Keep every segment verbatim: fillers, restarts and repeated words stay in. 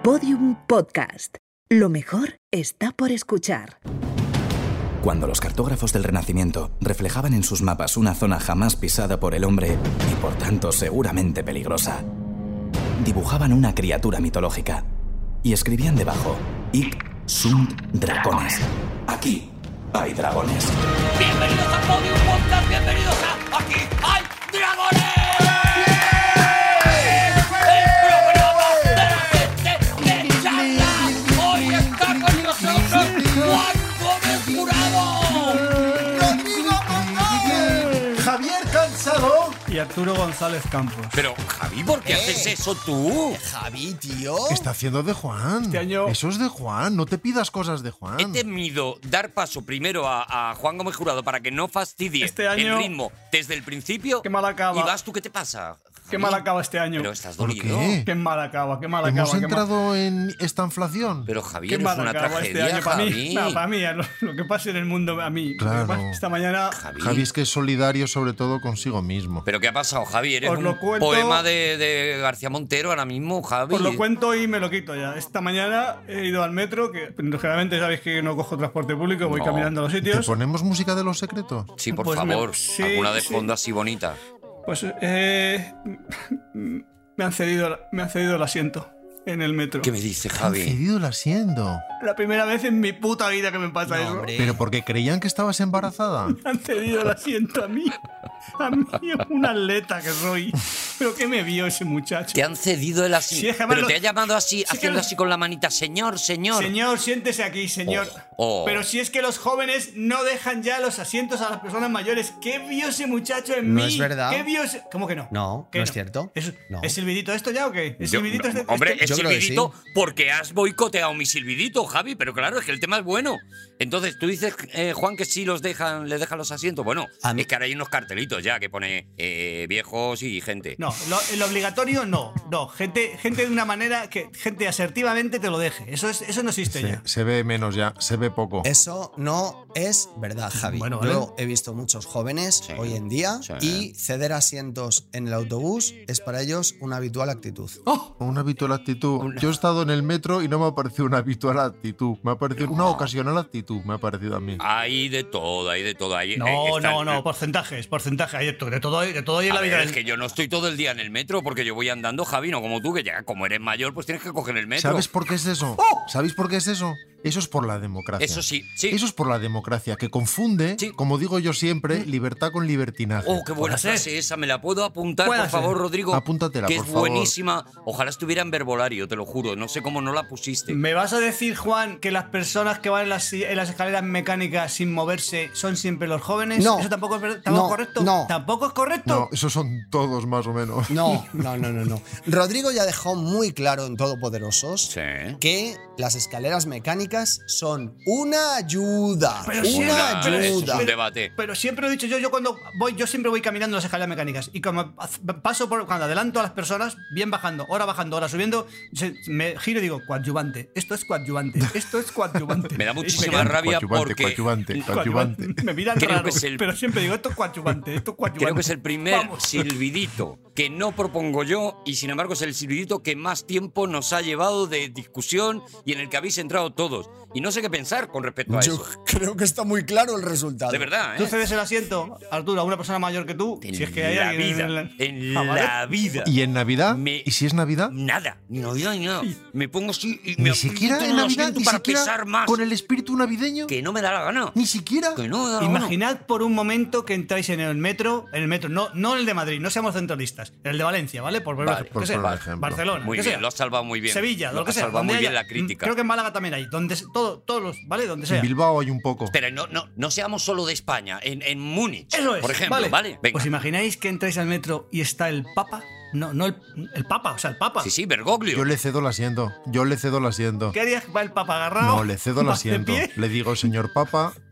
Podium Podcast. Lo mejor está por escuchar. Cuando los cartógrafos del Renacimiento reflejaban en sus mapas una zona jamás pisada por el hombre y por tanto seguramente peligrosa, dibujaban una criatura mitológica y escribían debajo: Hic sunt dragones. Aquí hay dragones. Bienvenidos a Podium Podcast, bienvenidos a Aquí hay dragones. Y Arturo González Campos. Pero, Javi, ¿por qué Eh, haces eso tú? Javi, tío. Está haciendo de Juan. Este año- Eso es de Juan. No te pidas cosas de Juan. He temido dar paso primero a, a Juan Gómez Jurado para que no fastidie Este año- el ritmo desde el principio. Qué mal acaba. Y vas tú, ¿qué te pasa? Qué Javi? mal acaba este año. Pero estás ¿Por dolido. qué? Qué mal acaba, qué mal Hemos acaba. qué mal- entrado en esta inflación. Pero Qué Javier, es mal una acaba tragedia, este año para mí. Javi. No, para mí, lo, lo que pasa en el mundo, a mí. Claro. Lo que pasa esta mañana. Javi. Javi es que es solidario sobre todo consigo mismo. ¿Pero qué ha pasado, Javi? Eres Os un lo cuento- poema de, de García Montero ahora mismo, Javi. Os lo cuento y me lo quito ya. Esta mañana he ido al metro, que generalmente sabéis que no cojo transporte público, voy No. caminando a los ¿Te sitios. ponemos música de Los Secretos? Sí, por Pues me- favor. sí, Alguna de sí. fondo así bonita. Pues eh, me han cedido, me han cedido el asiento en el metro. ¿Qué me dice, Han Javi? cedido el asiento. La primera vez en mi puta vida que me pasa No, eso. hombre. Pero porque creían que estabas embarazada. Me han cedido el asiento a mí. A mí, un atleta que soy. ¿Pero qué me vio ese muchacho? Te han cedido el asiento. Sí, es que además Pero lo- te ha llamado así, sí que haciendo lo- así con la manita. Señor, señor. Señor, siéntese aquí, señor. Oh, oh. Pero si es que los jóvenes no dejan ya los asientos a las personas mayores. ¿Qué vio ese muchacho en No mí? es verdad. ¿Qué vio ese... ¿Cómo que no? No, ¿Qué no es cierto. ¿Es, No. ¿Es silbidito esto ya o qué? ¿Es Yo- silbidito este- hombre, este- es Yo creo que silbidito sí. porque has boicoteado mi silbidito, Javi. Pero claro, es que el tema es bueno. Entonces, tú dices, eh, Juan, que sí los dejan, les dejan los asientos. Bueno, A mí- es que ahora hay unos cartelitos ya que pone eh, viejos y gente. No, lo, el obligatorio no. No, gente, gente de una manera que gente asertivamente te lo deje. Eso, es, eso no existe Se, ya. se ve menos ya, se ve poco. Eso no es verdad, Javi. Bueno, vale. Yo he visto muchos jóvenes Sí. hoy en día Sí. y ceder asientos en el autobús es para ellos una habitual actitud. ¡Oh! Una habitual actitud. Yo he estado en el metro y no me ha parecido una habitual actitud. Me ha parecido una ocasional actitud, me ha parecido a mí. Hay de todo, hay de todo. Hay, No, eh, está- no, no, porcentajes, porcentajes. Hay de, to- de todo, de todo hay en A la ver, vida. es que yo no estoy todo el día en el metro porque yo voy andando, Javi, no como tú, que ya como eres mayor, pues tienes que coger el metro. ¿Sabes por qué es eso? ¿Sabéis por qué es eso? Eso es por la democracia. Eso sí, sí. Eso es por la democracia, que confunde, Sí. como digo yo siempre, libertad con libertinaje. Oh, qué buena Puede ser. frase esa, me la puedo apuntar, Puede por favor, ser. Rodrigo. Apúntatela, que por es favor. buenísima. Ojalá estuviera en verbolario, te lo juro. No sé cómo no la pusiste. ¿Me vas a decir, Juan, que las personas que van en las, en las escaleras mecánicas sin moverse son siempre los jóvenes? No. ¿Eso tampoco es, ver- tampoco No, es correcto? no. ¿Tampoco es correcto? No, esos son todos más o menos. No, no, no, no, no. Rodrigo ya dejó muy claro en Todopoderosos Sí. que las escaleras mecánicas son una ayuda. Pero una sí, Una- pero- eso es ayuda. un debate. Pero siempre he dicho yo, yo cuando voy, yo siempre voy caminando las escaleras mecánicas y como paso por, cuando adelanto a las personas, bien bajando, ahora bajando, ahora subiendo, se- me giro y digo, coadyuvante, esto es coadyuvante, esto es coadyuvante. Me da Y muchísima quedan- rabia Coadyuvante, porque coadyuvante, coadyuvante. Me miran Creo raro, que es el- pero siempre digo, esto es coadyuvante, esto es coadyuvante. creo que es el primer Vamos. silbidito que no propongo yo y sin embargo es el silbidito que más tiempo nos ha llevado de discusión y en el que habéis entrado todos. Y no sé qué pensar con respecto a Yo eso. creo que está muy claro el resultado. De verdad, ¿Tú ¿eh? cedes el asiento, Arturo, a una persona mayor que tú? En si es que hay la alguien vida, en la, en Ah, ¿vale? la vida. ¿Y en Navidad? Me- ¿Y si es Navidad? Nada, ni Navidad ni nada. Me pongo así y me Ni siquiera aprieto en el Navidad, asiento ni para siquiera pesar más. con el espíritu navideño. Que no me da la gana. Ni siquiera. Que no me da la gana. Imaginad por un momento que entráis en el metro, en el metro, no, no en el de Madrid, no seamos centralistas, en el de Valencia, ¿vale? Por poner un Vale, ejemplo, por que sea, poner un ejemplo. Barcelona, Muy que bien, sea. lo has salvado muy bien. Sevilla, lo, que has sea. salvado donde muy bien haya- la crítica. Creo que en Málaga también hay, donde se- todo, todos los, ¿vale? Donde sea. En Bilbao hay un poco. Pero no, no, no seamos solo de España, en, en Múnich, Eso es, por ejemplo, ¿vale? Venga. ¿Os imagináis que entráis al metro y está el Papa? No, no el, el Papa, o sea, el Papa. Sí, sí, Bergoglio. Yo le cedo el asiento. Yo le cedo el asiento. ¿Qué harías? ¿Va el Papa agarrado? No, le cedo el ¿Vas de asiento. pie? Le digo, señor Papa,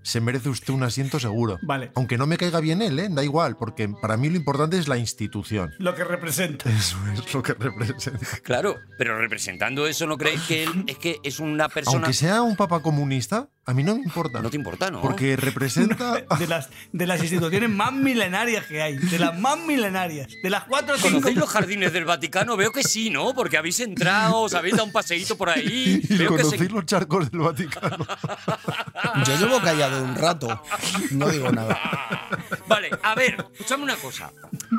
se merece usted un asiento seguro. Vale. Aunque no me caiga bien él, ¿eh? Da igual, porque para mí lo importante es la institución. Lo que representa. Eso es lo que representa. Claro, pero representando eso, ¿no creéis que él es que es una persona... Aunque sea un papa comunista, a mí no me importa. No te importa, ¿no? Porque representa... De las, de las instituciones más milenarias que hay. De las más milenarias. De las cuatro o cinco... ¿Conocéis los jardines del Vaticano? Veo que sí, ¿no? Porque habéis entrado, os habéis dado un paseíto por ahí. Y Veo que conocéis se... los charcos del Vaticano. Yo llevo callado un rato. No digo nada. Vale, a ver, escúchame una cosa.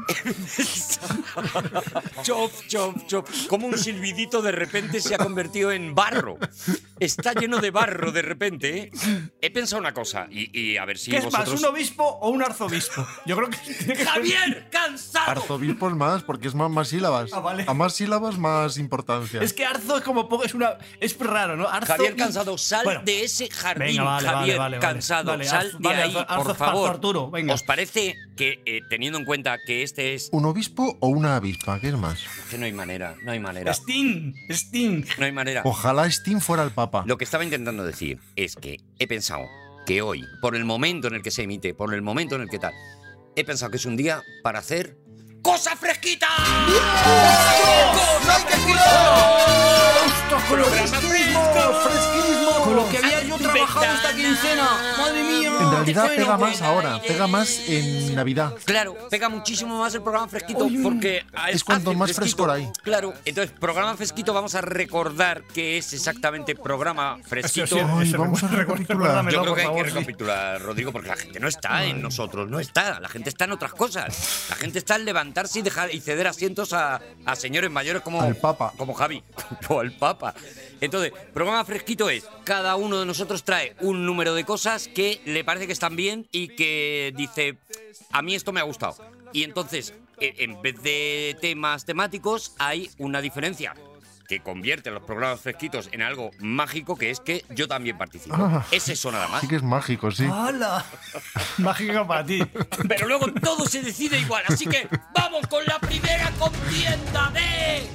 Chop, chop, chop. Como un silbidito de repente se ha convertido en barro. Está lleno de barro de repente, ¿eh? He pensado una cosa, y, y a ver si ¿Qué es vosotros... más, un obispo o un arzobispo? Yo creo que tiene que ser- ¡Javier, cansado! Arzobispo es más, porque es más, más sílabas. Ah, vale. A más sílabas, más importancia. Es que arzo es como poco, es una es raro, ¿no? Arzo Javier y- Cansado, sal Bueno, de ese jardín, venga, vale, vale, Javier vale, vale. Cansado, Vale, sal Arzo- de vale, ahí, Arzo- por Arzo- favor. Arturo, venga. ¿Os parece que, eh, teniendo en cuenta que este es... ¿Un obispo o una avispa? ¿Qué es más? que no hay manera, no hay manera, Sting, Sting. no hay manera. Ojalá Steam fuera el papa. Lo que estaba intentando decir es que he pensado que hoy, por el momento en el que se emite, por el momento en el que tal, he pensado que es un día para hacer ¡Cosa Fresquita! ¡Cosa Fresquita! ¡Programa fresco! Con lo que había yo trabajado esta quincena. Madre mía. En realidad Te pega fueron más ahora, pega más en Navidad. Claro, pega muchísimo más el programa Fresquito Oye, porque es cuanto hace más fresquito. frescor hay. Claro, entonces, programa Fresquito, vamos a recordar qué es exactamente programa Fresquito. Eso sí, Ay, eso, vamos a recuérdamelo, recapitular. Yo creo por que hay favor, que sí. recapitular, Rodrigo, porque la gente no está en nosotros, no está. La gente está en otras cosas. La gente está en levantarse y dejar y ceder asientos a, a señores mayores como Al Papa. como Javi o al Papa. Entonces, programa Fresquito es cada uno de nosotros trae un número de cosas que le parece que están bien y que dice a mí esto me ha gustado. Y entonces, e- en vez de temas temáticos, hay una diferencia que convierte los programas fresquitos en algo mágico, que es que yo también participo. Ah. Es eso nada más. Sí que es mágico, sí. ¡Hala! Mágica para ti. Pero luego todo se decide igual. Así que vamos con la primera contienda de...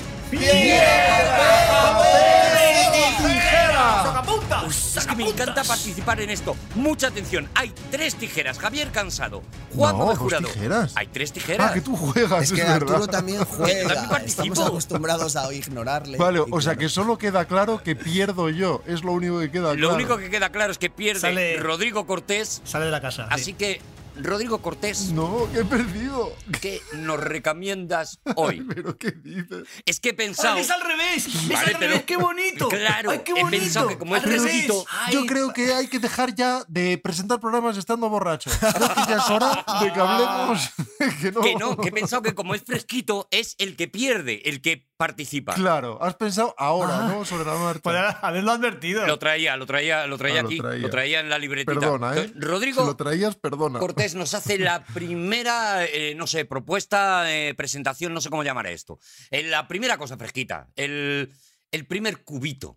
¡Sacapunta! Es que me encanta participar en esto. Mucha atención. Hay tres tijeras. Javier Cansado, Juan No, de dos Jurado. tijeras. Hay tres tijeras. Ah, que tú juegas, Es es, que verdad. Arturo también juega. también participo. Estamos acostumbrados a ignorarle. Vale, Y o sea claro. que solo queda claro que pierdo yo. Es lo único que queda Lo claro. único que queda claro es que pierde Sale- Rodrigo Cortés. Sale de la casa. Así sí. que, Rodrigo Cortés, No, que he perdido. ¿qué nos recomiendas hoy? ¿Pero qué dices? Es que he pensado... ¡Ay, es al revés! ¡Es Vale, al pero- revés! ¡Qué bonito! Claro, ¡Ay, qué he bonito! pensado que como es Al revés. fresquito... Ay, Yo creo que hay que dejar ya de presentar programas estando borracho. Creo que ya es hora de que hablemos. que no. Que no, que he pensado que como es fresquito, es el que pierde, el que participa. Claro, has pensado ahora, ¿no? Sobre la marcha. Podría haberlo advertido. Lo traía, lo traía, lo traía Ah, lo aquí, traía. lo traía en la libretita. Perdona, ¿eh? Entonces, Rodrigo Si lo traías, perdona. Cortés nos hace la primera, eh, no sé, propuesta, eh, presentación, no sé cómo llamar esto. Eh, la primera cosa fresquita, el, el primer cubito.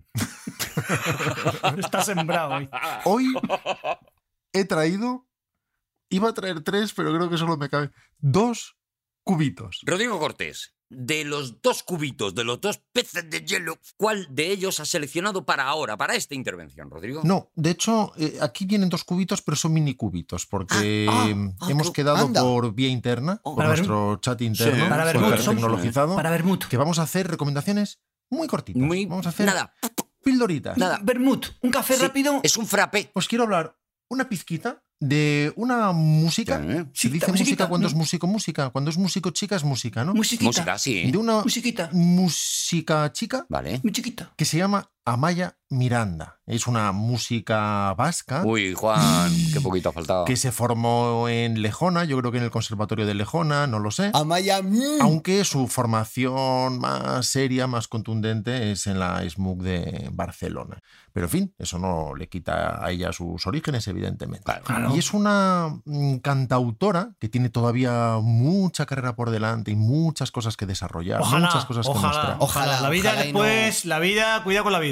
Está sembrado hoy. Hoy he traído, iba a traer tres, pero creo que solo me cabe dos cubitos. Rodrigo Cortés, de los dos cubitos, de los dos peces de hielo, ¿cuál de ellos has seleccionado para ahora, para esta intervención, Rodrigo? No, de hecho, eh, aquí vienen dos cubitos, pero son mini cubitos, porque Ah, ah, eh, ah, hemos qué- quedado anda. por vía interna, Oh. por Para ver- nuestro chat interno, Sí. Para ver súper mucho, son- tecnologizado, Para Bermud. que vamos a hacer recomendaciones muy cortitas. Muy, vamos a hacer nada, pildoritas. nada. Bermud. Un café Sí, rápido. Es un frappé. Os quiero hablar una pizquita de una música. Sí. Se Sí, dice musiquita, música cuando ¿no? es músico, música. Cuando es músico chica, es música, ¿no? Musiquita. Música, sí. De una Musiquita. música chica Vale. Muy chiquita. que se llama Amaya Miranda. Es una música vasca Uy, Juan, qué poquito ha faltado. que se formó en Lejona, yo creo que en el Conservatorio de Lejona, no lo sé. Amaya. mm. Aunque su formación más seria, más contundente es en la S M U C de Barcelona. Pero en fin, eso no le quita a ella sus orígenes, evidentemente. Claro. Y es una mm, cantautora que tiene todavía mucha carrera por delante y muchas cosas que desarrollar, Ojalá, muchas cosas que ojalá, mostrar. ojalá. Ojalá, La vida ojalá y después, la vida, cuida con la vida.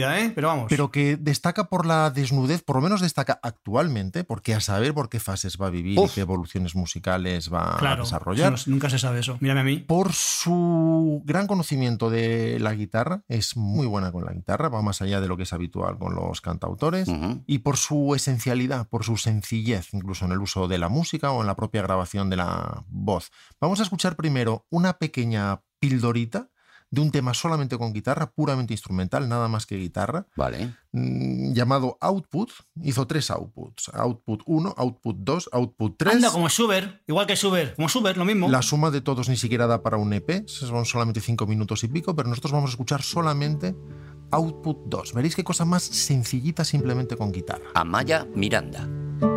vida, ¿eh? Pero vamos. Pero que destaca por la desnudez, por lo menos destaca actualmente, porque a saber por qué fases va a vivir Uf. y qué evoluciones musicales va claro, a desarrollar. No, nunca se sabe eso. Mírame a mí. Por su gran conocimiento de la guitarra, es muy buena con la guitarra, va más allá de lo que es habitual con los cantautores, uh-huh. y por su esencialidad, por su sencillez, incluso en el uso de la música o en la propia grabación de la voz. Vamos a escuchar primero una pequeña pildorita de un tema solamente con guitarra, puramente instrumental, nada más que guitarra, vale. mmm, llamado Output. Hizo tres outputs. Output uno, Output dos, Output tres. Anda, como Schubert, igual que Schubert, como Schubert, lo mismo. La suma de todos ni siquiera da para un E P, son solamente cinco minutos y pico, pero nosotros vamos a escuchar solamente Output dos. Veréis qué cosa más sencillita simplemente con guitarra. Amaya Miranda.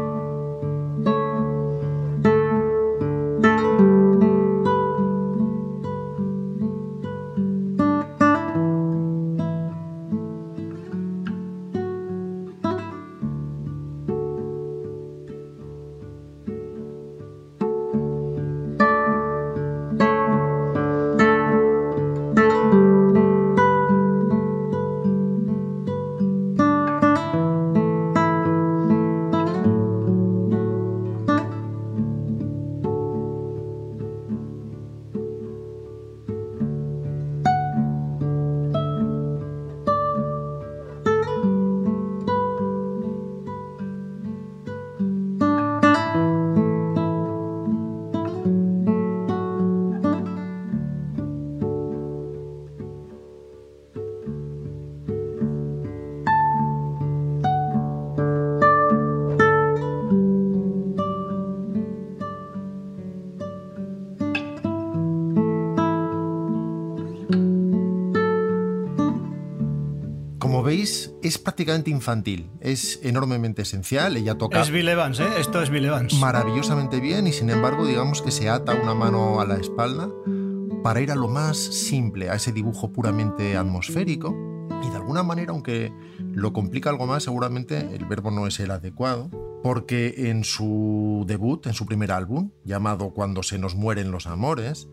Veis, es prácticamente infantil, es enormemente esencial, ella toca... Es Bill Evans, ¿eh? Esto es Bill Evans. Maravillosamente bien y sin embargo digamos que se ata una mano a la espalda para ir a lo más simple, a ese dibujo puramente atmosférico y de alguna manera, aunque lo complica algo más, seguramente el verbo no es el adecuado, porque en su debut, en su primer álbum, llamado Cuando se nos mueren los amores,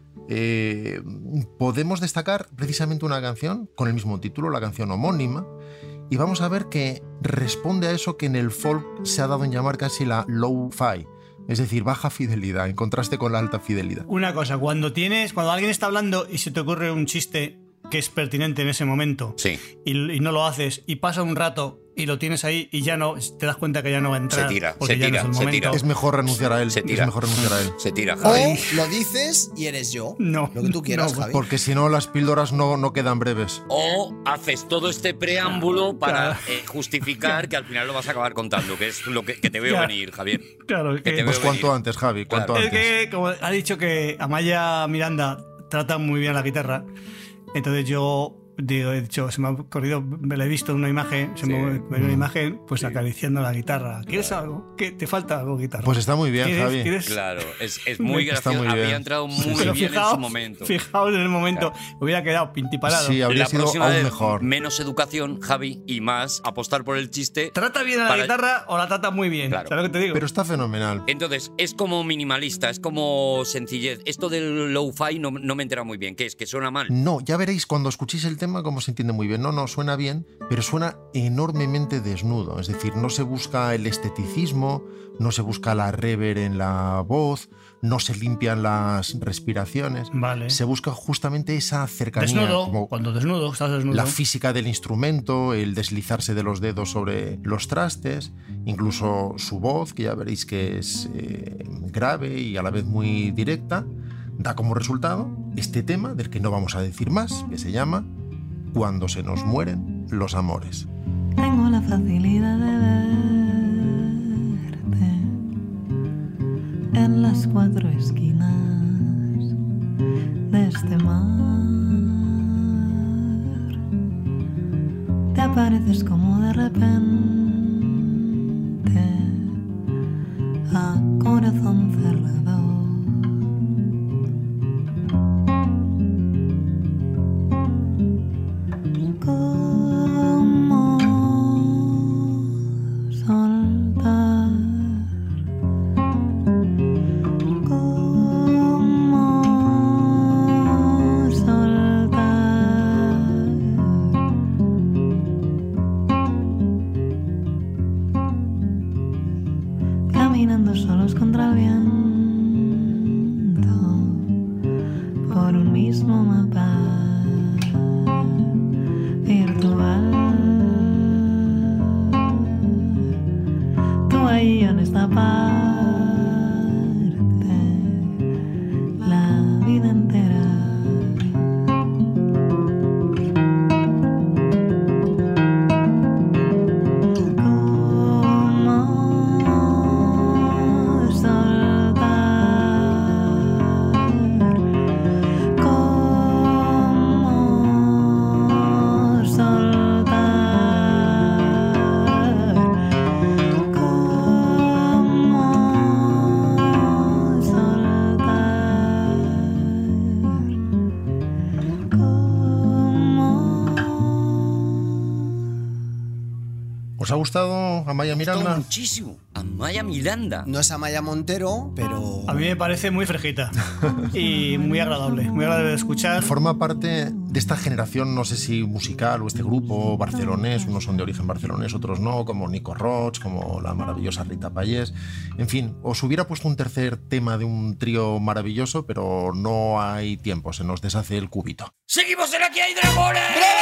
Eh, podemos destacar precisamente una canción con el mismo título, la canción homónima, y vamos a ver que responde a eso que en el folk se ha dado en llamar casi la low-fi, es decir, baja fidelidad, en contraste con la alta fidelidad. Una cosa, cuando tienes, cuando alguien está hablando y se te ocurre un chiste que es pertinente en ese momento, sí. y, y no lo haces, y pasa un rato y lo tienes ahí y ya no, te das cuenta que ya no va a entrar. Se tira, porque se ya tira, no es el se momento. tira. Es mejor renunciar a él. Se tira. Es mejor renunciar a él. Se tira, O Javi. lo dices y eres yo. No. Lo que tú quieras, no, Javi. Porque si no, las píldoras no, no quedan breves. O haces todo este preámbulo para Claro. eh, justificar que al final lo vas a acabar contando, que es lo que, que te veo Ya. venir, Javier. Claro, Que que, te Pues veo cuanto venir. antes, Javi, cuanto Claro. es antes. que, como ha dicho que Amaya Miranda trata muy bien la guitarra, entonces yo digo, he dicho, se me ha corrido, me la he visto en una imagen, se Sí. me ha una imagen, pues acariciando la guitarra. ¿Quieres algo? ¿Qué te falta algo guitarra? Pues está muy bien, ¿Quieres- Javi. quieres- Claro, es, es muy Está gracioso. muy bien. Había entrado muy Pero bien fijaos, en su momento. fijaos en el momento, hubiera quedado pintiparado. Sí, habría La sido próxima aún vez, mejor. menos educación, Javi, y más apostar por el chiste. ¿Trata bien a la Para- guitarra o la trata muy bien? Claro. ¿Sabes lo que te digo? Pero está fenomenal. Entonces, es como minimalista, es como sencillez. Esto del low-fi no, no me entera muy bien. ¿Qué es? ¿Que suena mal? No, ya veréis cuando escuchéis el tema cómo se entiende muy bien. No, no, suena bien, pero suena enormemente desnudo. Es decir, no se busca el esteticismo, no se busca la reverb en la voz, no se limpian las respiraciones. Vale. Se busca justamente esa cercanía. Desnudo, como cuando desnudo, estás desnudo. la física del instrumento, el deslizarse de los dedos sobre los trastes, incluso su voz, que ya veréis que es eh, grave y a la vez muy directa, da como resultado este tema del que no vamos a decir más, que se llama Cuando se nos mueren los amores. Tengo la facilidad de verte en las cuatro esquinas de este mar. Te apareces como de repente a corazón cerrado. ¿Os ha gustado Amaya Me ha gustado Miranda? muchísimo. Amaya Miranda. No es Amaya Montero, pero... A mí me parece muy fresquita y muy agradable, muy agradable de escuchar. Forma parte de esta generación, no sé si musical o este grupo barcelonés, unos son de origen barcelonés, otros no, como Nico Roig, como la maravillosa Rita Payés. En fin, os hubiera puesto un tercer tema de un trío maravilloso, pero no hay tiempo, se nos deshace el cubito. ¡Seguimos en Aquí hay dragones!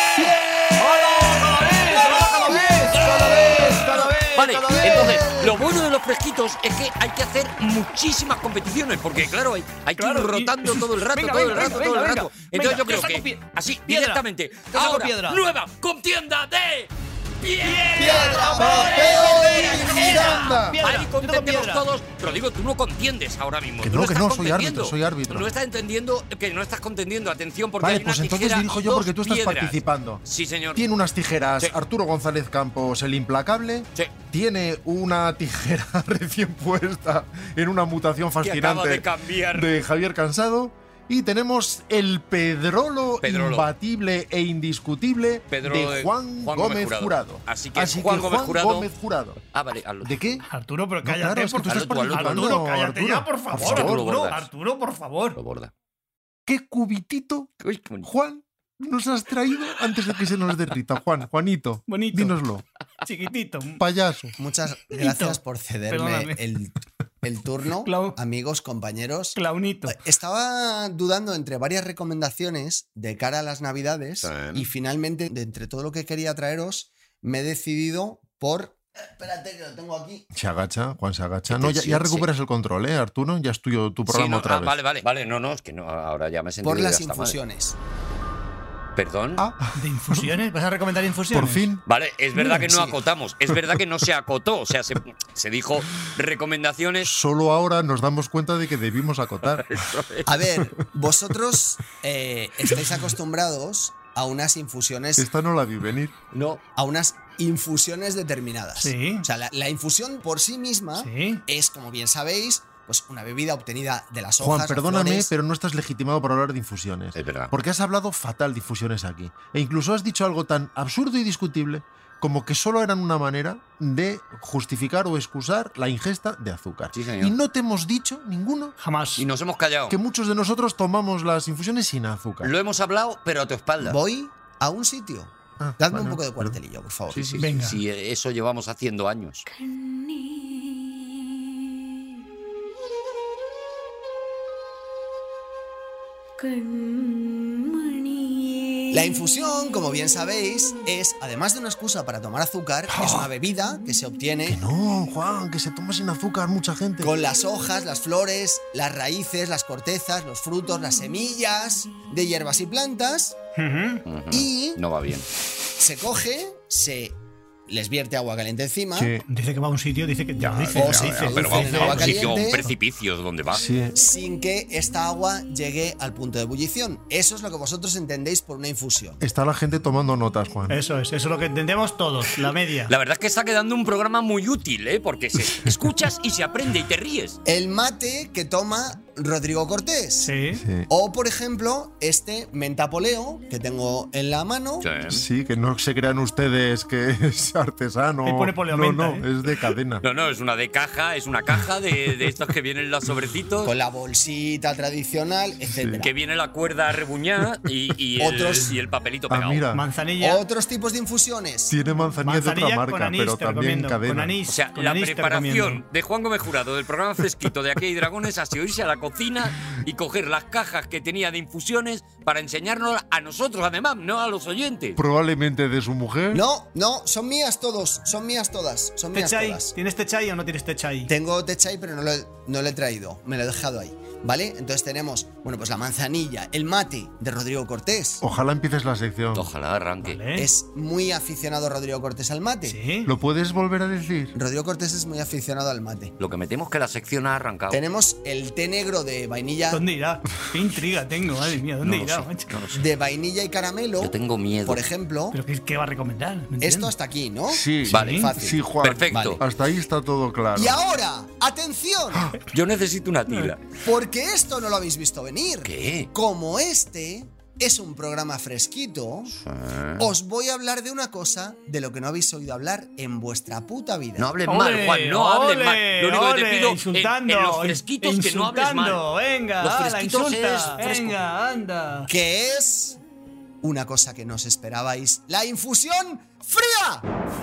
Vale, entonces, lo bueno de los fresquitos es que hay que hacer muchísimas competiciones, porque claro, hay, hay que Claro, ir rotando y- todo el rato, venga, todo el venga, rato, venga, todo el venga, rato. venga. Entonces yo Venga, creo yo que, saco pie- así, piedra. directamente, Yo saco ahora, piedra. nueva contienda de... ¡Piedra, papel y Miranda! Piedra, Ahí yo tengo contendemos piedra. todos. Pero digo, tú no contiendes ahora mismo. Que tú no, no que estás no, soy contendiendo. árbitro, soy árbitro. Tú no estás entendiendo que no estás contendiendo. Atención, porque Vale, hay una pues entonces tijera, dirijo yo dos porque tú estás piedras. participando. Sí, señor. Tiene unas tijeras Sí. Arturo González Campos, el implacable. Sí. Tiene una tijera recién puesta en una mutación acaba fascinante de cambiar. de Javier Cansado. Y tenemos el pedrolo, Pedrolo. imbatible e indiscutible Pedrolo de de Juan, Juan Gómez, Gómez Jurado. Jurado. Así que Juan Gómez Jurado- Gómez Jurado. Ah, vale, hazlo. ¿De qué? Arturo, pero No, cállate, claro, es que por tú hazlo estás tú, hazlo tú. participando, Arturo, cállate Arturo. ya, por favor, Por favor, Arturo, gordas. Arturo, por favor. Lo borda. ¿Qué cubitito, Uy, qué bonito. Juan, nos has traído antes de que se nos derrita? Juan, Juanito, Bonito. dínoslo. Chiquitito. Payaso. Muchas gracias por cederme Perdóname. el, el turno, Clau. amigos, compañeros. Claunito. Estaba dudando entre varias recomendaciones de cara a las Navidades Sí. y finalmente, de entre todo lo que quería traeros, me he decidido por... Espérate que lo tengo aquí. Se agacha, Juan se agacha. Qué No, ya, ya tensión, recuperas el control, ¿eh, Arturo? Ya es tuyo tu programa Sí, no, otra ah, vez. Vale, vale. Vale, no, no, es que no, ahora ya me he sentido Por ya las hasta mal. infusiones. ¿Perdón? Ah, ¿De infusiones? ¿Vas a recomendar infusiones? por fin. Vale, es verdad que no Sí. acotamos, es verdad que no se acotó, o sea, se, se dijo recomendaciones. Solo ahora nos damos cuenta de que debimos acotar. A ver, vosotros eh, estáis acostumbrados a unas infusiones, Esta no la vi venir. No, a unas infusiones determinadas. Sí. O sea, la, la infusión por sí misma Sí. es, como bien sabéis, pues una bebida obtenida de las hojas. Juan, o perdóname, flores. pero no estás legitimado para hablar de infusiones. es verdad. Porque has hablado fatal de infusiones aquí. E incluso has dicho algo tan absurdo y discutible como que solo eran una manera de justificar o excusar la ingesta de azúcar. Sí, señor. Y no te hemos dicho, ninguno, Jamás. Y nos hemos callado. que muchos de nosotros tomamos las infusiones sin azúcar. Lo hemos hablado, pero a tu espalda. Voy a un sitio. Ah, Dadme bueno, un poco de bueno. cuartelillo, por favor. Sí, sí, Venga. sí, sí, eso llevamos haciendo años. La infusión, como bien sabéis, es, además de una excusa para tomar azúcar, es una bebida que se obtiene Que no, Juan, que se toma sin azúcar mucha gente. con las hojas, las flores, las raíces, las cortezas, los frutos, las semillas de hierbas y plantas. Ujú. Y No va bien. se coge, se les vierte agua caliente encima. Sí, Dice que va a un sitio, dice que ya lo dice. o lo se dice. introduce Pero vamos en a agua un sitio, un caliente precipicio donde va. sí. sin que esta agua llegue al punto de ebullición. Eso es lo que vosotros entendéis por una infusión. Está la gente tomando notas, Juan. Eso es, eso es lo que entendemos todos, la media. La verdad es que está quedando un programa muy útil, ¿eh? Porque se escuchas y se aprende y te ríes. El mate que toma Rodrigo Cortés. Sí. Sí. O, por ejemplo, este mentapoleo que tengo en la mano. Sí. Sí, que no se crean ustedes que es artesano. Ahí pone poliomenta, no, no, ¿eh? es de cadena. No, no, es una de caja, es una caja de, de estos que vienen los sobrecitos, Con la bolsita tradicional, etcétera. que viene la cuerda rebuñada y, y, el, Otros- y el papelito Ah, pegado. mira, Manzanilla. Otros tipos de infusiones. tiene manzanilla, de Manzanilla otra con marca, anís, pero te también recomiendo, cadena. Con anís. O sea, con la anís te preparación recomiendo. de Juan Gómez Jurado del programa fresquito de Aquí hay Dragones ha sido irse a la cocina y coger las cajas que tenía de infusiones para enseñárnoslas a nosotros, además, no a los oyentes. Probablemente de su mujer. No, no, son mías todos. Son mías todas. Son mías ¿Techai? todas. ¿Tienes techai o no tienes techai? Tengo techai, pero no lo, he, no lo he traído. Me lo he dejado ahí. ¿Vale? Entonces tenemos, bueno, pues la manzanilla, el mate de Rodrigo Cortés. Ojalá empieces la sección. Ojalá arranque. ¿Vale? Es muy aficionado Rodrigo Cortés al mate. Sí. ¿Lo puedes volver a decir? Rodrigo Cortés es muy aficionado al mate. Lo que me temo es que la sección ha arrancado. Tenemos el té negro de vainilla, ¿Dónde irá? Qué intriga tengo, madre mía. ¿Dónde No lo irá, sé, macho? no lo sé. de vainilla y caramelo. Yo tengo miedo. Por ejemplo, ¿Pero qué, qué va a recomendar? No entiendo. esto hasta aquí, ¿no? Sí, Vale. Fácil. sí, Juan. Perfecto. Hasta ahí está todo claro. Y ahora, atención, Yo necesito una tira. porque esto no lo habéis visto venir. ¿Qué? Como este es un programa fresquito, os voy a hablar de una cosa de lo que no habéis oído hablar en vuestra puta vida. No hables Ole, mal, Juan, no hables ole, mal. Lo único que te ole, pido en- insultando, en, los fresquitos que no hables mal. insultando, Venga, Los ala, fresquitos insulta, es fresco. venga, anda. Que es una cosa que no os esperabais. ¡La infusión fría!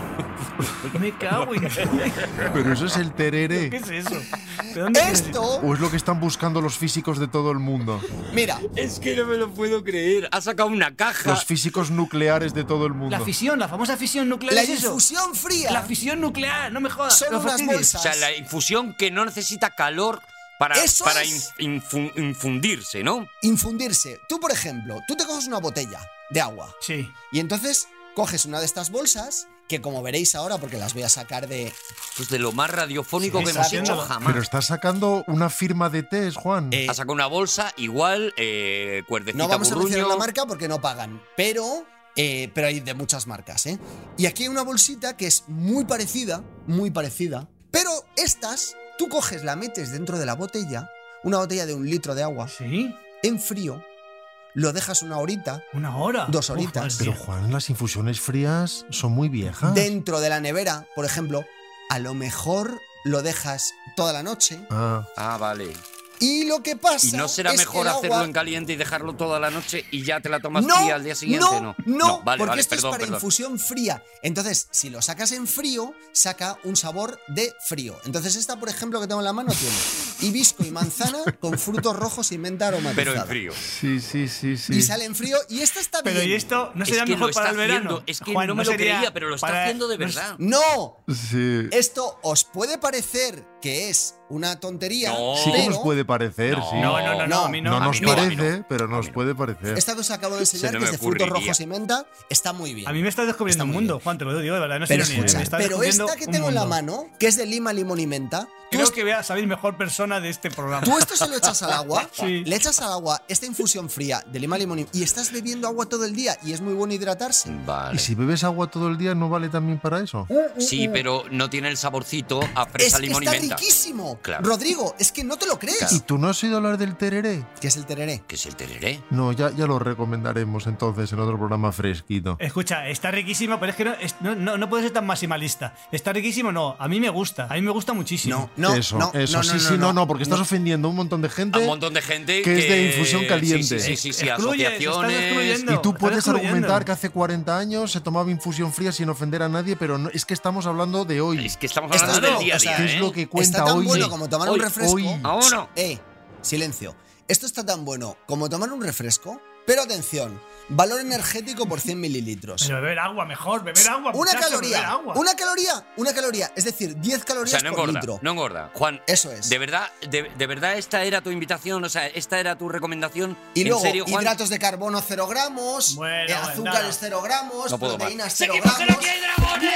Me cago en... Pero eso es el ¿Qué tereré. es eso? ¿De dónde tienes- Esto, ¿O es lo que están buscando los físicos de todo el mundo? mira, Es que no me lo puedo creer. Ha sacado una caja. Los físicos nucleares de todo el mundo. La fisión, la famosa fisión nuclear la es eso. infusión fría La fisión nuclear, no me jodas. son no unas fastidies. bolsas. O sea, la infusión que no necesita calor para, Eso para es. in- infu- infundirse, ¿no? Infundirse. Tú, por ejemplo, tú te coges una botella de agua Sí. y entonces coges una de estas bolsas que, como veréis ahora, porque las voy a sacar de... Pues de lo más radiofónico Sí, que hemos sabiendo- hecho jamás. Pero estás sacando una firma de test, Juan. Eh, Ha sacado una bolsa igual, eh, cuerdecita No vamos a mencionar burruño. la marca porque no pagan, pero, eh, pero hay de muchas marcas, ¿eh? Y aquí hay una bolsita que es muy parecida, muy parecida, pero estas, tú coges, la metes dentro de la botella, una botella de un litro de agua, ¿Sí? en frío, lo dejas una horita ¿Una hora? Dos Uf, horitas. madre Pero mía. Juan, las infusiones frías son muy viejas. dentro de la nevera, por ejemplo, a lo mejor lo dejas toda la noche Ah, Ah, vale. y lo que pasa ¿Y no será es que mejor el hacerlo agua- en caliente y dejarlo toda la noche y ya te la tomas No, fría al día siguiente? no, No, no, vale, porque vale, esto perdón, es para perdón. infusión fría. Entonces, si lo sacas en frío, saca un sabor de frío. Entonces, esta, por ejemplo, que tengo en la mano, tiene hibisco y manzana con frutos rojos y menta aromatizada. Pero en frío. sí, sí, sí, sí. Y sale en frío y esta está Pero bien. ¿y esto no Es sería que mejor lo para está el verano? haciendo, es que Juan, no me lo sería creía, pero lo está para- haciendo de no es- verdad. ¡No! Sí. Esto os puede parecer que es una tontería, No. Sí que pero nos puede parecer, No. sí. No, no, no, no, a mí no. No a nos mí no, a mí parece, no. pero A nos mí no. puede parecer. esta que os acabo de enseñar, Se no que es me de frutos ocurriría. rojos y menta, está muy bien. A mí me estás descubriendo Está un muy mundo, bien. Juan, te lo digo de verdad, no es Pero ironía, escucha, me estás pero descubriendo esta que un tengo en la mundo. mano, que es de lima, limón y menta, tú Creo es- que voy a salir mejor persona de este programa. Tú esto se lo echas al agua, Sí. le echas al agua esta infusión fría de lima, limón y, y estás bebiendo agua todo el día y es muy bueno hidratarse. Vale. ¿Y si bebes agua todo el día no vale también para eso? Sí, pero no tiene el saborcito a Es fresa, que limón y está menta. riquísimo. Claro. Rodrigo, es que no te lo crees. Claro. ¿Y tú no has oído hablar del tereré? ¿Qué es el tereré? ¿Qué es el tereré? No, ya, ya lo recomendaremos entonces en otro programa fresquito. Escucha, está riquísimo, pero es que no, es- no, no, no puede ser tan maximalista. Está riquísimo, no. A mí me gusta, a mí me gusta muchísimo. No, no, eso, no, eso. no, sí, no, sí, no, no, porque estás no. ofendiendo a un montón de gente. A un montón de gente que es de infusión caliente. Sí, sí, sí, sí, Excluyes, estás asociaciones. excluyendo. Y tú Estás puedes excluyendo. argumentar que hace cuarenta años se tomaba infusión fría sin ofender a nadie, pero no, es que estamos hablando de hoy. Es que estamos Esto hablando es del día a o sea, día, ¿Qué es ¿eh? lo que cuenta Está tan hoy? bueno como tomar Hoy, un refresco. hoy. Vámonos. Eh, silencio. Esto está tan bueno como tomar un refresco, pero atención, valor energético por cien mililitros. Pero beber agua mejor, beber agua. Una muchacho, beber caloría, agua. una caloría, una caloría, es decir, diez O calorías sea, no por engorda, litro. no engorda. Juan, Eso es. de verdad, de, de verdad esta era tu invitación, o sea, esta era tu recomendación. Y ¿En luego, serio, Juan? hidratos de carbono cero gramos, Bueno, eh, bueno, azúcares nada. cero gramos, No puedo más. proteínas cero ¡Seguimos en gramos. Aquí hay dragones!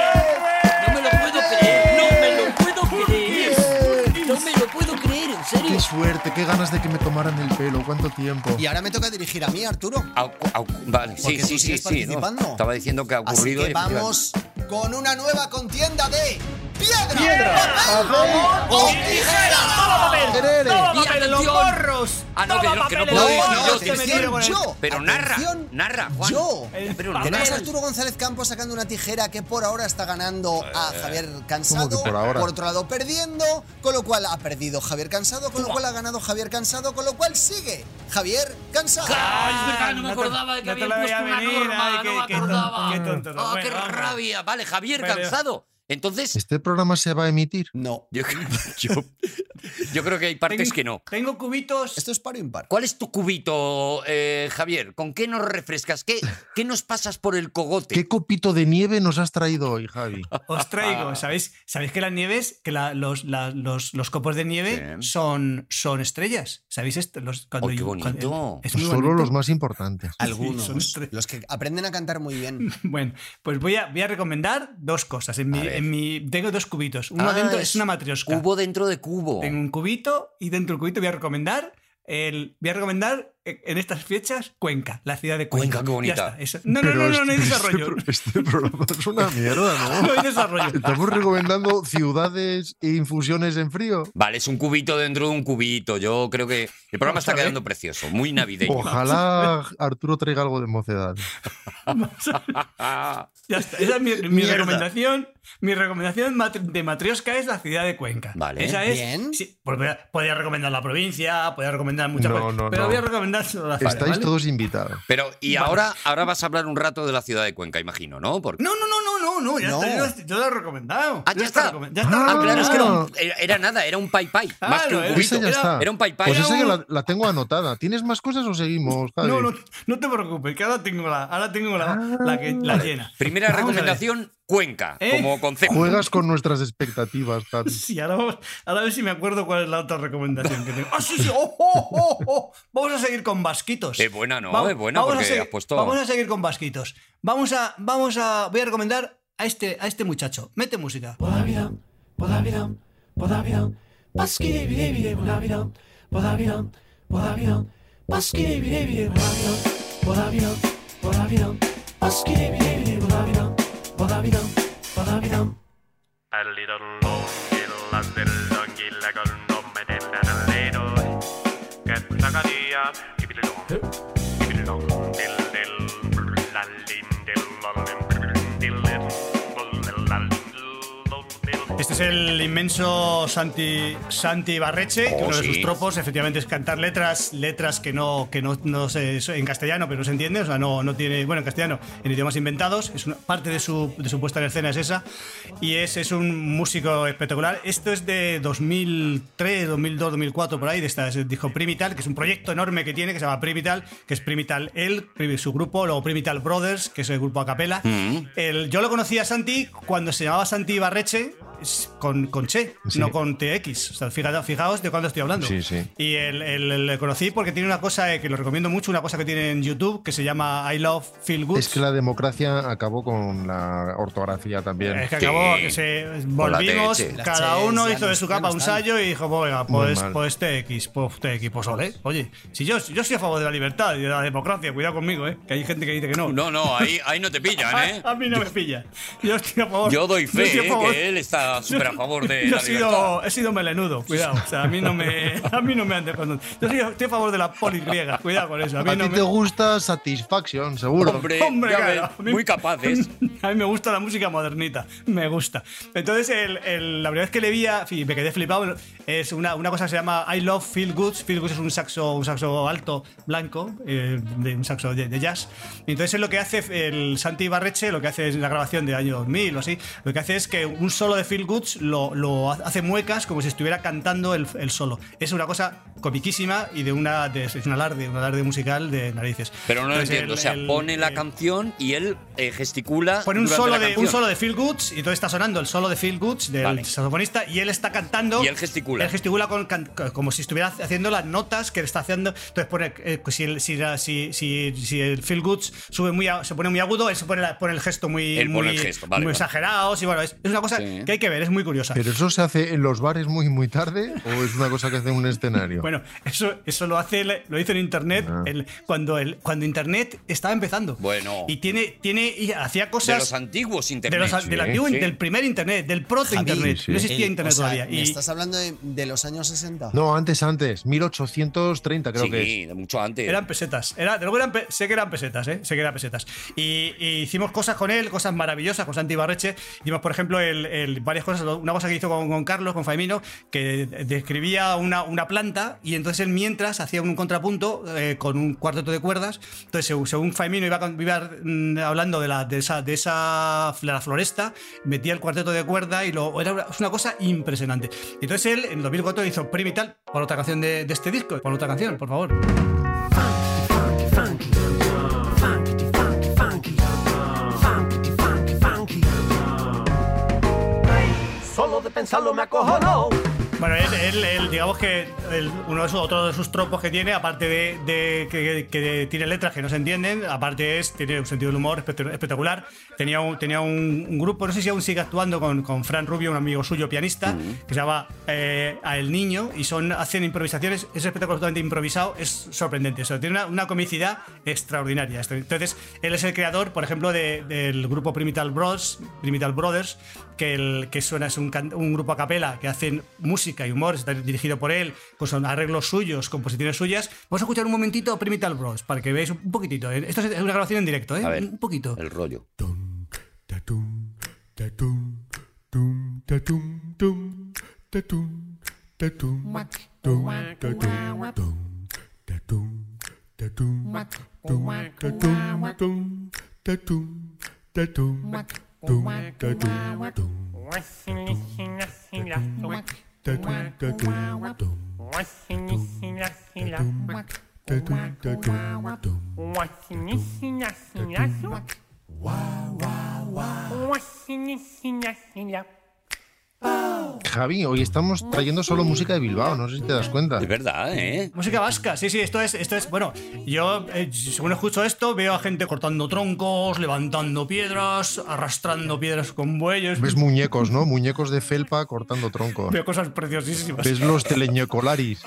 No me lo puedo creer, no me lo puedo creer. No me lo puedo creer, en serio. Qué suerte, qué ganas de que me tomaran el pelo, cuánto tiempo. Y ahora me toca dirigir a mí, Arturo. Au- au- vale, sí, Porque tú sí, sí, sigues sí. ¿no? participando. Estaba diciendo que ha Así ocurrido. que y vamos con una nueva contienda de piedra, Piedra, papel o tijera. ¡Toma papel! Terere. ¡Toma Y papel en los atención. morros! Ah, no, que ¡Toma no- que no papel en puedo los decir morros! yo, que que me atención, tiro con el- yo. Pero narra, Atención, narra, Juan. Yo. El Pero papel. Tenemos a narra. Arturo González Campos sacando una tijera que por ahora está ganando a Javier Cansado. ¿Cómo que por ahora? otro lado perdiendo, con lo cual ha perdido Javier Cansado, con lo cual ha ganado Javier Cansado, con lo cual sigue Javier Cansado. Ay, es verdad, no me No te- acordaba de que no te habían la puesto veía una venir, norma, ay, no qué- me qué tonto, acordaba. qué tonto. Ah, qué Bueno, vamos. rabia. Vale, Javier Pero- Cansado. Entonces, ¿Este programa se va a emitir? No. yo, yo, yo creo que hay partes Tengo- que no. Tengo cubitos. Esto es par o impar. ¿Cuál es tu cubito, eh, Javier? ¿Con qué nos refrescas? ¿Qué, ¿Qué nos pasas por el cogote? ¿Qué copito de nieve nos has traído hoy, Javi? Os traigo, ¿sabéis? ¿Sabéis que las nieves, que la- los, la- los, los copos de nieve Sí. son, son estrellas? ¿Sabéis esto? Los, cuando ¡Ay, qué yo- bonito! cuando- es muy Solo bonito. los más importantes. Algunos. son estre- los que aprenden a cantar muy bien. Bueno, pues voy a, voy a recomendar dos cosas. En mi, A ver. en mi, tengo dos cubitos. Uno Ah, dentro es una matriosca. Cubo dentro de cubo. Tengo un cubito y dentro del cubito voy a recomendar el, voy a recomendar en estas fechas, Cuenca, la ciudad de Cuenca. Cuenca, qué bonita. Ya está, eso. No, no, no, no, no hay este, desarrollo. Este, este programa es una mierda, ¿no? No hay desarrollo. Estamos recomendando ciudades e infusiones en frío. Vale, es un cubito dentro de un cubito. Yo creo que el programa está quedando precioso, muy navideño. Ojalá Arturo traiga algo de mocedad. Ya está. Esa es mi, mi recomendación. Mi recomendación de Matrioska es la ciudad de Cuenca. Vale. Esa es. Bien. Sí, pues podría, podría recomendar la provincia, podría recomendar muchas No, cosas. no, pero no. voy a recomendar solo la ciudad. Estáis ¿vale? todos invitados. Pero, y ahora, ahora vas a hablar un rato de la ciudad de Cuenca, imagino, ¿no? Porque... No, no, no, no, no, no, ya No. está, yo, yo lo he recomendado. Ah, ya está. recomend- Ya está Ah, claro, es que era, recomendado. un- era- era nada, era un pai pai, más que un Claro, cubito. Esa ya está. Era un pai pai. Pues Era esa que un- la, la tengo anotada. ¿Tienes más cosas o seguimos, Javi? No, no, no te preocupes, que ahora tengo la, ahora tengo la, la, que, la llena. Primera Vamos a ver. recomendación, Cuenca, ¿Eh? como concepto. Juegas con nuestras expectativas, Javi. Sí, ahora, vamos, ahora a ver si me acuerdo cuál es la otra recomendación que tengo. ¡Ah, sí, sí! ¡Oh, oh, oh, oh! Vamos a seguir con vasquitos. Es buena, ¿no? Vamos- Es buena vamos a porque seguir- has puesto... Vamos a seguir con vasquitos. Vamos a, vamos a, voy a recomendar a este, a este muchacho. Mete música. Podavidam, podavidam, podavidam, paskidibidibide, podavidam, podavidam, podavidam, paskidibidibide, podavidam, podavidam, podavidam, paskidibidibide, podavidam, podavidam, podavidam. A little lonely, la del longy, la gondome de la little. Get la gadia, give it along, give it along, dill dill, la lin dill, la lim, dill dill, la lin, dill. Este es el inmenso Santi, Santi Ibarreche, que Oh, uno de sí. sus tropos efectivamente es cantar letras, letras que no, que no, no se, en castellano, pero no se entiende, o sea, no, no tiene, bueno, en castellano, en idiomas inventados, es una parte de su, de su puesta en escena es esa, y es, es un músico espectacular. Esto es de dos mil tres, dos mil dos, dos mil cuatro, por ahí, de esta, dijo Primital, que es un proyecto enorme que tiene, que se llama Primital, que es Primital él, su grupo, luego Primital Brothers, que es el grupo a capela. Mm. El, yo lo conocí a Santi cuando se llamaba Santi Ibarreche, es con, con Che, Sí. no con T X. O sea, fijaos, fijaos de cuándo estoy hablando. Sí, sí. Y el, el- el- le conocí porque tiene una cosa eh, que lo recomiendo mucho, una cosa que tiene en YouTube que se llama I Love Feel Good. Es que la democracia acabó con la ortografía también. Es que Sí. acabó, que se Con la volvimos, T H. cada Las Ches uno ya hizo no- de su ya capa no un están. sallo y dijo, pues venga, Muy pues, mal. pues T X, pues T X, pues ole. Oye, si yo, yo soy a favor de la libertad y de la democracia, cuidado conmigo, ¿eh? Que hay gente que dice que no. No, no, ahí, ahí no te pillan, ¿eh? A, a mí no me pilla. Yo estoy a favor. Yo doy estoy fe, a ¿eh? favor- Que él está súper a favor de Yo la he libertad. sido, he sido melenudo, cuidado. O sea, a mí no me, a mí no me han dejado. Yo soy, estoy a favor de la poligriega, cuidado con eso. A mí A no ti me... te gusta Satisfaction, seguro. Hombre, Hombre, ya claro, ves, a mí- muy capaces. A mí me gusta la música modernita, me gusta. Entonces, el- el- la primera vez que le vi, a, en fin, me quedé flipado. Es una, una cosa que se llama I Love Feel Good. Feel Good es un saxo, un saxo alto, blanco, eh, de un saxo de, de jazz. Y entonces, él lo que hace, el Santi Ibarreche, lo que hace es la grabación del año dos mil o así, lo que hace es que un solo de Feel Good lo, lo hace muecas como si estuviera cantando el, el solo. Es una cosa comiquísima y de una de, es un alarde, un alarde musical de narices. Pero no lo Entonces, entiendo. el- O sea, el- pone la el- canción y él eh, gesticula. Pone un durante solo, la de, canción. un solo de Feel Goods y entonces está sonando el solo de Feel Goods del Vale. saxofonista y él está cantando. Y él gesticula. Él gesticula con, can- como si estuviera haciendo las notas que él está haciendo. Entonces pone, eh, si, el, si, la- si, si, si el Feel Goods sube muy a- se pone muy agudo, él se pone, la- pone el gesto muy, Él pone muy, el gesto, vale, muy vale. exagerado. Y bueno, es, es una cosa Sí. que hay que ver, es muy curiosa. ¿Pero eso se hace en los bares muy muy tarde o es una cosa que hace en un escenario? Bueno, eso, eso lo hace, lo hizo en internet Ah. el- cuando, el, cuando internet estaba empezando. Bueno. Y tiene, tiene, y hacía De cosas. los antiguos de internet. los- del, antiguo- sí. del primer internet, del proto-internet. Sí, sí. No existía El- internet o sea, todavía. ¿me Y estás hablando de, de los años sesenta? No, antes, antes. mil ochocientos treinta creo Sí, que es. de mucho antes. eran pesetas. Era, de luego eran, pe- sé que eran pesetas, ¿eh? Sé que eran pesetas. Y, y hicimos cosas con él, cosas maravillosas, con Santi Ibarreche. Hicimos, por ejemplo, el, el- varias cosas. Una cosa que hizo con, con Carlos, con Faimino, que describía una, una planta y entonces él mientras hacía un contrapunto eh, con un cuarteto de cuerdas. Entonces, según, según Faimino iba, con- iba mm, hablando de la, de, esa, de esa de la floresta, metía el cuarteto de cuerda y lo, era una, es una cosa impresionante. Entonces él, en dos mil cuatro, hizo Primital, por otra canción de, de este disco. Por otra canción, por favor. Funky, funky, funky, funky, funky, funky, funky. Solo de pensarlo me acojono. Bueno, él, él- él, digamos que el- uno de sus, otro de sus tropos que tiene, aparte de, de que, que tiene letras que no se entienden, aparte es tiene un sentido del humor espect- espectacular. Tenía un, tenía un, un grupo, no sé si aún sigue actuando con, con Fran Rubio, un amigo suyo pianista, que se llama eh, A El Niño, y son hacen improvisaciones. Es espectáculo totalmente improvisado, es sorprendente. O sea, tiene una, una comicidad extraordinaria. Entonces, él es el creador, por ejemplo, de- del grupo Primital Bros, Primital Brothers, que, el, que suena es un, can- un grupo a capela que hacen música y humor, está dirigido por él, con son arreglos suyos, composiciones suyas. Vamos a escuchar un momentito Primital Bros para que veáis un poquitito. ¿eh? Esto es una grabación en directo, ¿eh? A ver, un poquito. el rollo. Javi, hoy estamos trayendo solo música de Bilbao, no sé si te das cuenta. Es verdad, ¿eh? Música vasca, sí, sí, esto es, esto es, bueno, yo eh, según escucho esto veo a gente cortando troncos, levantando piedras, arrastrando piedras con bueyes. Ves muñecos, ¿no? Muñecos de felpa cortando tronco. Veo cosas preciosísimas. Ves los teleñecolaris.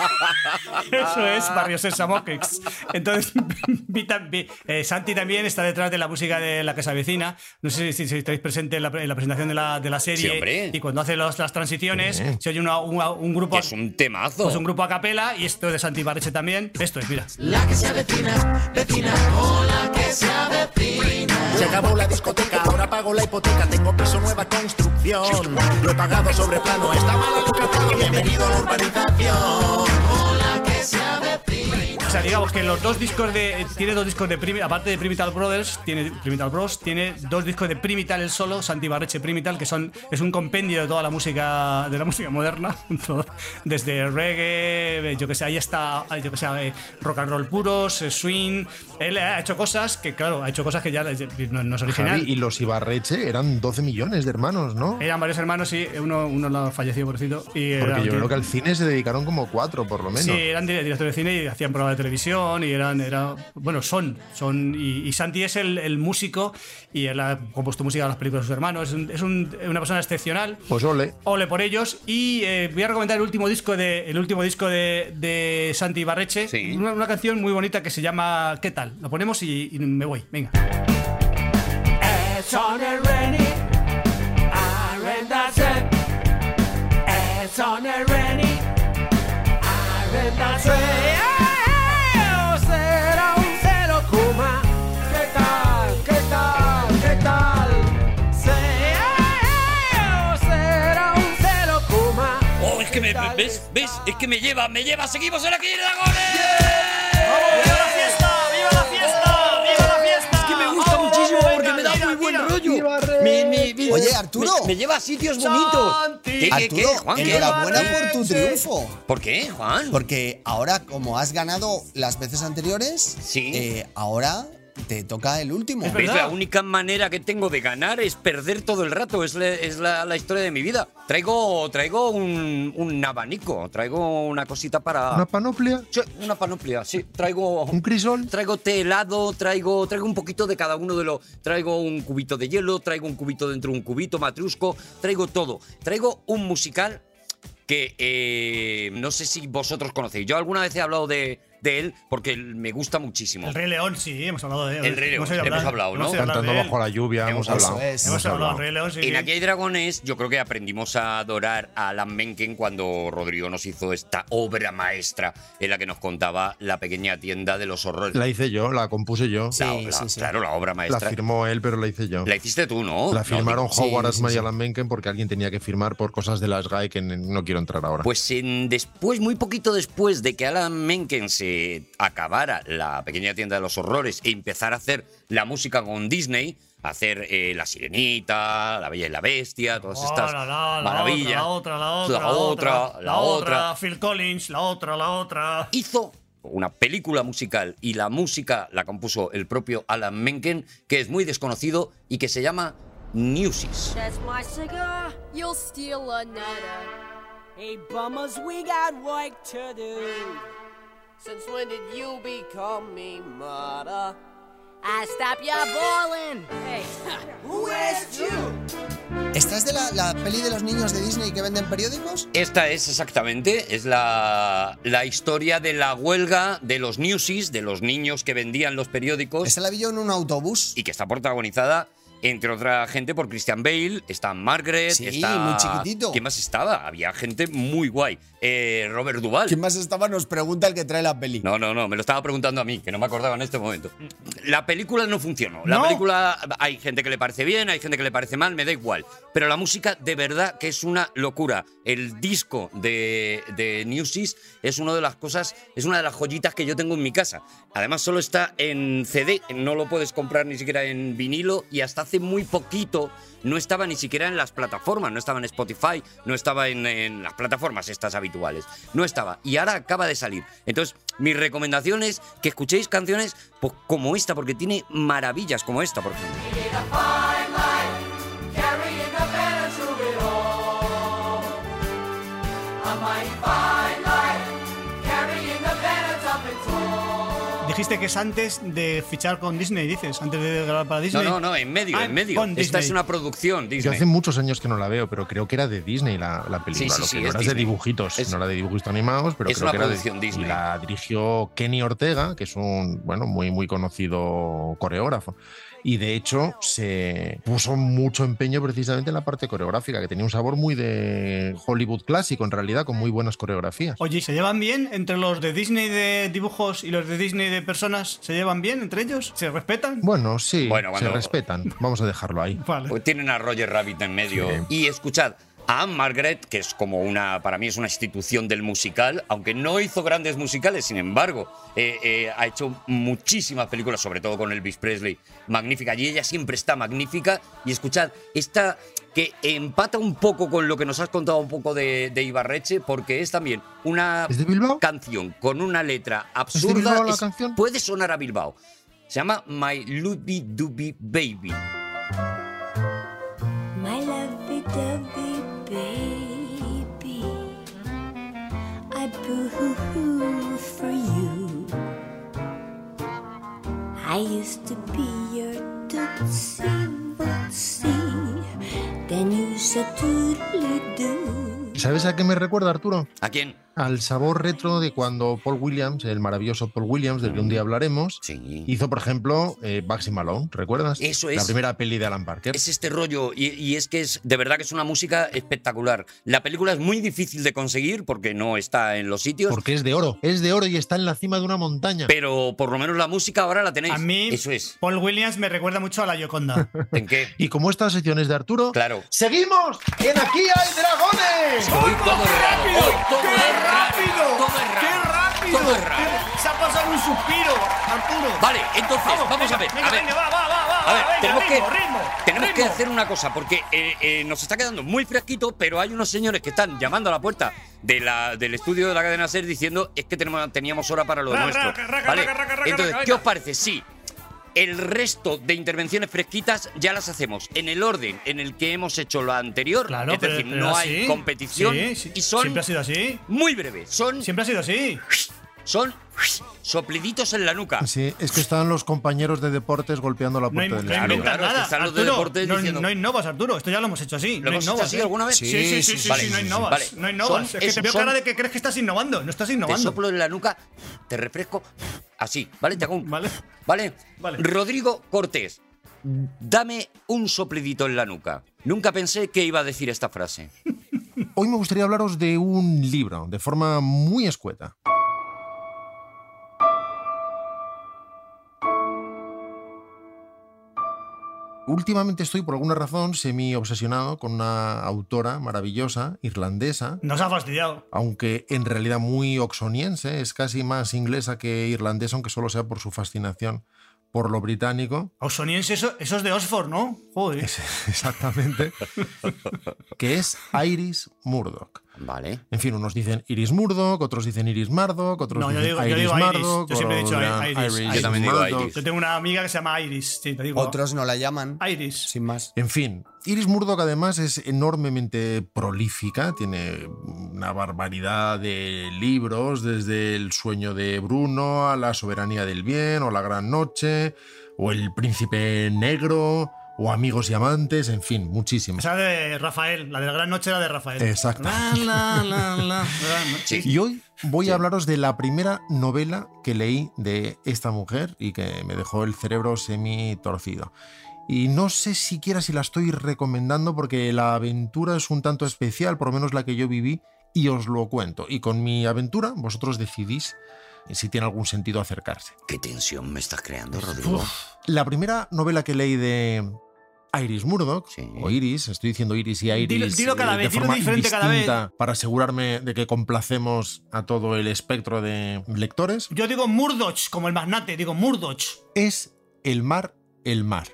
Eso es Barrio Sésamo. que ex- Entonces, vi tam- vi- eh, Santi también está detrás de la música de La Casa Vecina. No sé si, si estáis presentes en la, en la presentación de la, de la serie. Sí, hombre. Y cuando hace los- las transiciones, Sí. se oye una- una- un grupo. Que es un temazo. Pues un grupo a capela, y esto es de Santi Barreche también. Esto es, mira. La que se avecina, vecina, hola que se avecina. Se acabó la discoteca, ahora pago la hipoteca, tengo piso, nueva construcción. Lo he pagado sobre plano, está mala locación. Bienvenido a la urbanización. Hola que se avecina. O sea, digamos que los dos discos de. Tiene dos discos de Primital, aparte de Primital Brothers, tiene Primital Bros, tiene dos discos de Primital el solo, Santi Barreche Primital, que son es un compendio de toda la música de la música moderna, todo, desde reggae, yo que sé, ahí está, yo que sé, eh, rock and roll puros, eh, swing. Él ha hecho cosas que, claro, ha hecho cosas que ya no, no es original. Javi, y los Ibarreche eran doce millones de hermanos, ¿no? Eran varios hermanos, sí, uno, uno lo falleció, pobrecito. Y Porque era- yo creo que al cine se dedicaron como cuatro, por lo menos. Sí, eran dire- directores de cine y hacían programas de televisión y eran, era, bueno, son, son y, y Santi es el, el músico y él ha compuesto música a las películas de sus hermanos. Es, un- es un- una persona excepcional. Pues ole. Ole por ellos. Y eh, voy a recomendar el último disco de, el último disco de, de Santi Barreche. Sí. Una, una canción muy bonita que se llama ¿Qué tal? Lo ponemos y, y me voy. Venga. It's on a rainy, I read that set. It's on a rainy, I read that set. Será un cero coma. ¿Qué tal? ¿Qué tal? ¿Qué tal? Será un cero coma. Oh, es que me, me- ¿ves? ¿Ves? Es que me lleva, me lleva. Seguimos en la Quiniela de Goles. ¡Viva la fiesta! ¡Viva la fiesta! ¡Viva la fiesta! Es que me gusta muchísimo porque me da muy buen rollo. Me- me- me- Oye, Arturo. Me, me lleva a sitios bonitos. Santi. ¿Qué, qué, qué, Arturo, Juan? ¿Qué? enhorabuena por tu triunfo. ¿Por qué, Juan? Porque ahora, como has ganado las veces anteriores, Sí. eh, ahora te toca el último. Es ¿Ves? verdad. La única manera que tengo de ganar es perder todo el rato. Es, la, es la, la historia de mi vida. Traigo, traigo un, un abanico. Traigo una cosita para. ¿Una panoplia? Sí, una panoplia, sí. Traigo. ¿Un crisol? Traigo té helado, traigo, traigo un poquito de cada uno de los. Traigo un cubito de hielo, traigo un cubito dentro de un cubito, matrusco, traigo todo. Traigo un musical que eh, no sé si vosotros conocéis. Yo alguna vez he hablado de, de él porque me gusta muchísimo. El Rey León, sí, hemos hablado de él. El Rey León, oído hemos hablado, ¿no? hemos oído hablar Cantando de él. bajo la lluvia, hemos Eso hablado. es. Hemos hablado del Rey León, sí. En Aquí hay dragones, yo creo que aprendimos a adorar a Alan Menken cuando Rodrigo nos hizo esta obra maestra en la que nos contaba la pequeña tienda de los horrores. La hice yo, la compuse yo. Sí, La- la- sí, sí. Claro, la obra La maestra. firmó él, pero la hice yo. La hiciste tú, ¿no? La No, firmaron digo- sí, Howard sí, Asma sí. y Alan Menken porque alguien tenía que firmar por cosas de las G A E que no quiero entrar ahora. Pues en- después, muy poquito después de que Alan Menken se acabara la pequeña tienda de los horrores e empezara a hacer la música con Disney, a hacer eh, La Sirenita, La Bella y la Bestia, todas estas Oh, la, la, la maravillas. La otra, la otra, la otra, la otra. Phil Collins, la otra, la otra. Hizo una película musical y la música la compuso el propio Alan Menken, que es muy desconocido y que se llama Newsies. That's my cigar. You'll steal another. Hey, bummers, we got work to do. Since when did you become me, mother? I stop ya ballin'. Hey, who asked you? ¿Esta es de la, la peli de los niños de Disney que venden periódicos? Esta es exactamente, es la, la historia de la huelga de los newsies, de los niños que vendían los periódicos. Esta la vi yo en un autobús. Y que está protagonizada, entre otra gente, por Christian Bale, está Margaret, Sí, está... muy chiquitito. ¿Quién más estaba? Había gente muy guay. Eh, Robert Duvall. ¿Quién más estaba? Nos pregunta el que trae la peli. No, no, no, me lo estaba preguntando a mí, que no me acordaba en este momento. La película no funcionó. La ¿No? película, hay gente que le parece bien, hay gente que le parece mal, me da igual. Pero la música, de verdad, que es una locura. El disco de, de Newsies es una de las cosas, es una de las joyitas que yo tengo en mi casa. Además, solo está en C D, no lo puedes comprar ni siquiera en vinilo, y hasta hace muy poquito no estaba ni siquiera en las plataformas, no estaba en Spotify, no estaba en, en las plataformas estas habituales, no estaba, y ahora acaba de salir. Entonces, mi recomendación es que escuchéis canciones pues, como esta, porque tiene maravillas como esta, por ejemplo. Dijiste que es antes de fichar con Disney, dices, antes de grabar para Disney. No, no, no, en medio, Ah, en medio. con Esta Disney. es una producción Yo Disney. hace muchos años que no la veo, pero creo que era de Disney la, la película. Sí, sí, lo sí, que no es era de Disney. dibujitos, Es- no era de dibujitos animados, pero es creo una que era de producción Disney. Y la dirigió Kenny Ortega, que es un bueno muy muy conocido coreógrafo. Y de hecho se puso mucho empeño precisamente en la parte coreográfica, que tenía un sabor muy de Hollywood clásico, en realidad, con muy buenas coreografías. Oye, ¿y ¿se llevan bien entre los de Disney de dibujos y los de Disney de personas? ¿Se llevan bien entre ellos? ¿Se respetan? Bueno, sí, Bueno, se cuando- respetan. Vamos a dejarlo ahí. Vale. Pues tienen a Roger Rabbit en medio. Sí. Y escuchad, a Anne Margaret, que es como una, para mí es una institución del musical, aunque no hizo grandes musicales, sin embargo, eh, eh, ha hecho muchísimas películas, sobre todo con Elvis Presley, magnífica. Y ella siempre está magnífica. Y escuchad, esta que empata un poco con lo que nos has contado un poco de, de Ibarreche, porque es también una ¿Es de Bilbao? canción con una letra absurda. Bilbao la Es- canción? Puede sonar a Bilbao. Se llama My Luby Dooby Baby. My lovey-dovey baby, I boo-hoo-hoo for you. I used to be your tootsie-wootsie, then you said doodly-doo. ¿Sabes a qué me recuerda, Arturo? ¿A quién? Al sabor retro de cuando Paul Williams, el maravilloso Paul Williams, del que un día hablaremos, Sí. hizo, por ejemplo, eh, Bugsy Malone, ¿recuerdas? Eso La es. primera peli de Alan Parker. Es este rollo, y, y es que es de verdad que es una música espectacular. La película es muy difícil de conseguir porque no está en los sitios, Porque es de oro, es de oro y está en la cima de una montaña. pero por lo menos la música ahora la tenéis. A mí, Eso es. Paul Williams me recuerda mucho a la Yoconda. ¿En qué? Y como estas secciones de Arturo, Claro. ¡seguimos en Aquí hay dragones! Hoy todo es raro. Hoy todo ¡Qué es raro. rápido! Todo es raro. ¡Qué rápido! Todo es raro. Se ha pasado un suspiro, Arturo. Vale, entonces, vamos, venga, a ver. Venga, a ver. venga, va, va, va, va, A ver, venga, tenemos, ritmo, que, ritmo, tenemos que ritmo. hacer una cosa, porque eh, eh, nos está quedando muy fresquito, pero hay unos señores que están llamando a la puerta de la, del estudio de la cadena SER diciendo es que tenemos, teníamos hora para lo Ra, nuestro. raca, raca, ¿Vale? raca, raca, raca, Entonces, raca, ¿qué venga. os parece? Sí. El resto de intervenciones fresquitas ya las hacemos en el orden en el que hemos hecho lo anterior. Claro, es pero- decir, pero no así. hay competición Sí, sí. y son Siempre ha sido así. muy breves. Son, Siempre ha sido así. son sopliditos en la nuca. Sí, es que están los compañeros de deportes golpeando la No, hay, puerta no del Claro, estudio. inventas claro, nada. están los de Arturo, deportes no, diciendo- no innovas, Arturo. Esto ya lo hemos hecho así. ¿Lo no hemos hecho innovas, así ¿eh? alguna vez? Sí, sí, sí, sí, Vale, sí, no sí, sí. innovas. Vale. No innovas. Son- Es que te esos veo son- cara de que crees que estás innovando. No estás Te innovando. soplo en la nuca, te refresco, así, ¿vale? Te hago un- Vale. ¿Vale? Vale. Rodrigo Cortés, dame un soplidito en la nuca. Nunca pensé que iba a decir esta frase. Hoy me gustaría hablaros de un libro, de forma muy escueta. Últimamente estoy, por alguna razón, semi obsesionado con una autora maravillosa, irlandesa, Nos ha fastidiado. aunque en realidad muy oxoniense, es casi más inglesa que irlandesa, aunque solo sea por su fascinación por lo británico. Ausoniense, eso, eso es de Oxford, ¿no? Joder. Exactamente. Que es Iris Murdoch. Vale. En fin, unos dicen Iris Murdoch, otros dicen Iris Mardoch, otros No, yo dicen digo, yo Iris digo Iris. Murdoch, Yo siempre he dicho otros Iris. dirán Iris. Yo también digo Murdoch. Iris. Yo tengo una amiga que se llama Iris. Sí, te digo. Otros no la llaman. Iris. Sin más. En fin, Iris Murdoch además es enormemente prolífica, tiene una barbaridad de libros, desde El sueño de Bruno a La soberanía del bien o La gran noche o El príncipe negro o Amigos y amantes, en fin, muchísimas. Esa de Rafael, la de la gran noche era de Rafael. Exacto. La, la, la, la, la. Sí. Y hoy voy Sí. a hablaros de la primera novela que leí de esta mujer y que me dejó el cerebro semi torcido. Y no sé siquiera si la estoy recomendando porque la aventura es un tanto especial, por lo menos la que yo viví, y os lo cuento. Y con mi aventura vosotros decidís si tiene algún sentido acercarse. ¿Qué tensión me estás creando, Rodrigo? La primera novela que leí de Iris Murdoch, Sí. o Iris, estoy diciendo Iris y Iris Dilo- dilo cada eh, vez, de dilo forma diferente cada vez. distinta para asegurarme de que complacemos a todo el espectro de lectores, Yo digo Murdoch, como el magnate, digo Murdoch. es El mar, el mar.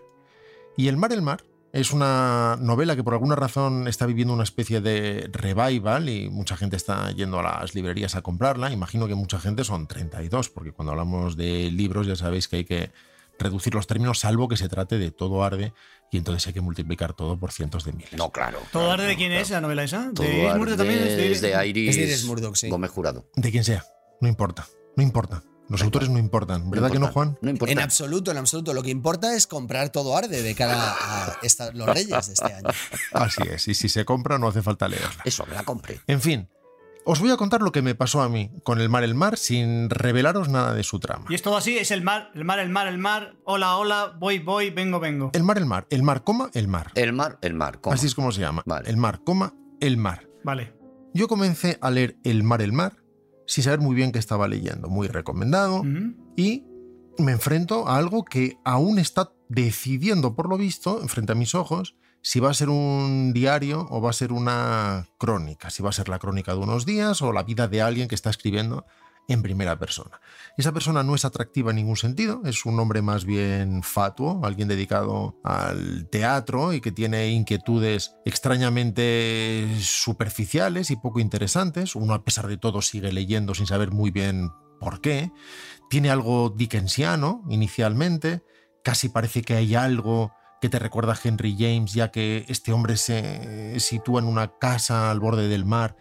Y El mar, el mar es una novela que por alguna razón está viviendo una especie de revival y mucha gente está yendo a las librerías a comprarla. Imagino que mucha gente son treinta y dos, porque cuando hablamos de libros ya sabéis que hay que reducir los términos, salvo que se trate de Todo arde, y entonces hay que multiplicar todo por cientos de miles. No, claro. ¿Todo claro, arde de no, quién claro. es la novela esa? Todo ¿De Iris Murdoch arde también? ¿Es de es de Iris, Es de Iris Murdoch, sí. Gómez Jurado. De quien sea, no importa, no importa. Los Da autores igual. no importan, ¿verdad que no, importa, Juan? No importa. En absoluto, en absoluto. Lo que importa es comprar Todo arde de cara a esta- los Reyes de este año. Así es, y si se compra no hace falta leerla. Eso, me la compré. En fin, os voy a contar lo que me pasó a mí con El mar, el mar, sin revelaros nada de su trama. Y es todo así, es el mar, el mar, el mar, el mar. Hola, hola, voy, voy, vengo, vengo. El mar, el mar, el mar, coma, el mar. El mar, el mar. coma. Así es como se llama. Vale. El mar, coma, el mar. Vale. Yo comencé a leer El mar, el mar, sin saber muy bien qué estaba leyendo. Muy recomendado. Ujú. Y me enfrento a algo que aún está decidiendo, por lo visto, frente a mis ojos, si va a ser un diario o va a ser una crónica, si va a ser la crónica de unos días o la vida de alguien que está escribiendo en primera persona. Esa persona no es atractiva en ningún sentido, es un hombre más bien fatuo, alguien dedicado al teatro y que tiene inquietudes extrañamente superficiales y poco interesantes. Uno, a pesar de todo, sigue leyendo sin saber muy bien por qué. Tiene algo dickensiano inicialmente, casi parece que hay algo que te recuerda a Henry James, ya que este hombre se sitúa en una casa al borde del mar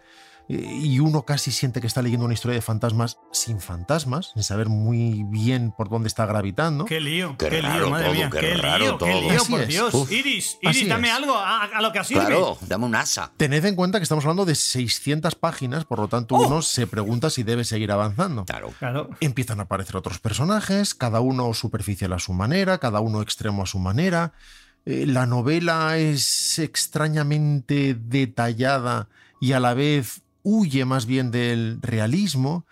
y uno casi siente que está leyendo una historia de fantasmas sin fantasmas, sin saber muy bien por dónde está gravitando. Qué lío, Qué qué, raro lío, madre todo, mía. qué Qué, raro lío, qué todo. lío, Así por es. Dios. Uf. Iris, Así Iris, dame es. algo a, a lo que sirve. Claro, dame un asa. Tened en cuenta que estamos hablando de seiscientas páginas, por lo tanto ¡Oh! uno se pregunta si debe seguir avanzando. Claro. Claro. Empiezan a aparecer otros personajes, cada uno superficial a su manera, cada uno extremo a su manera. Eh, la novela es extrañamente detallada y a la vez huye más bien del realismo.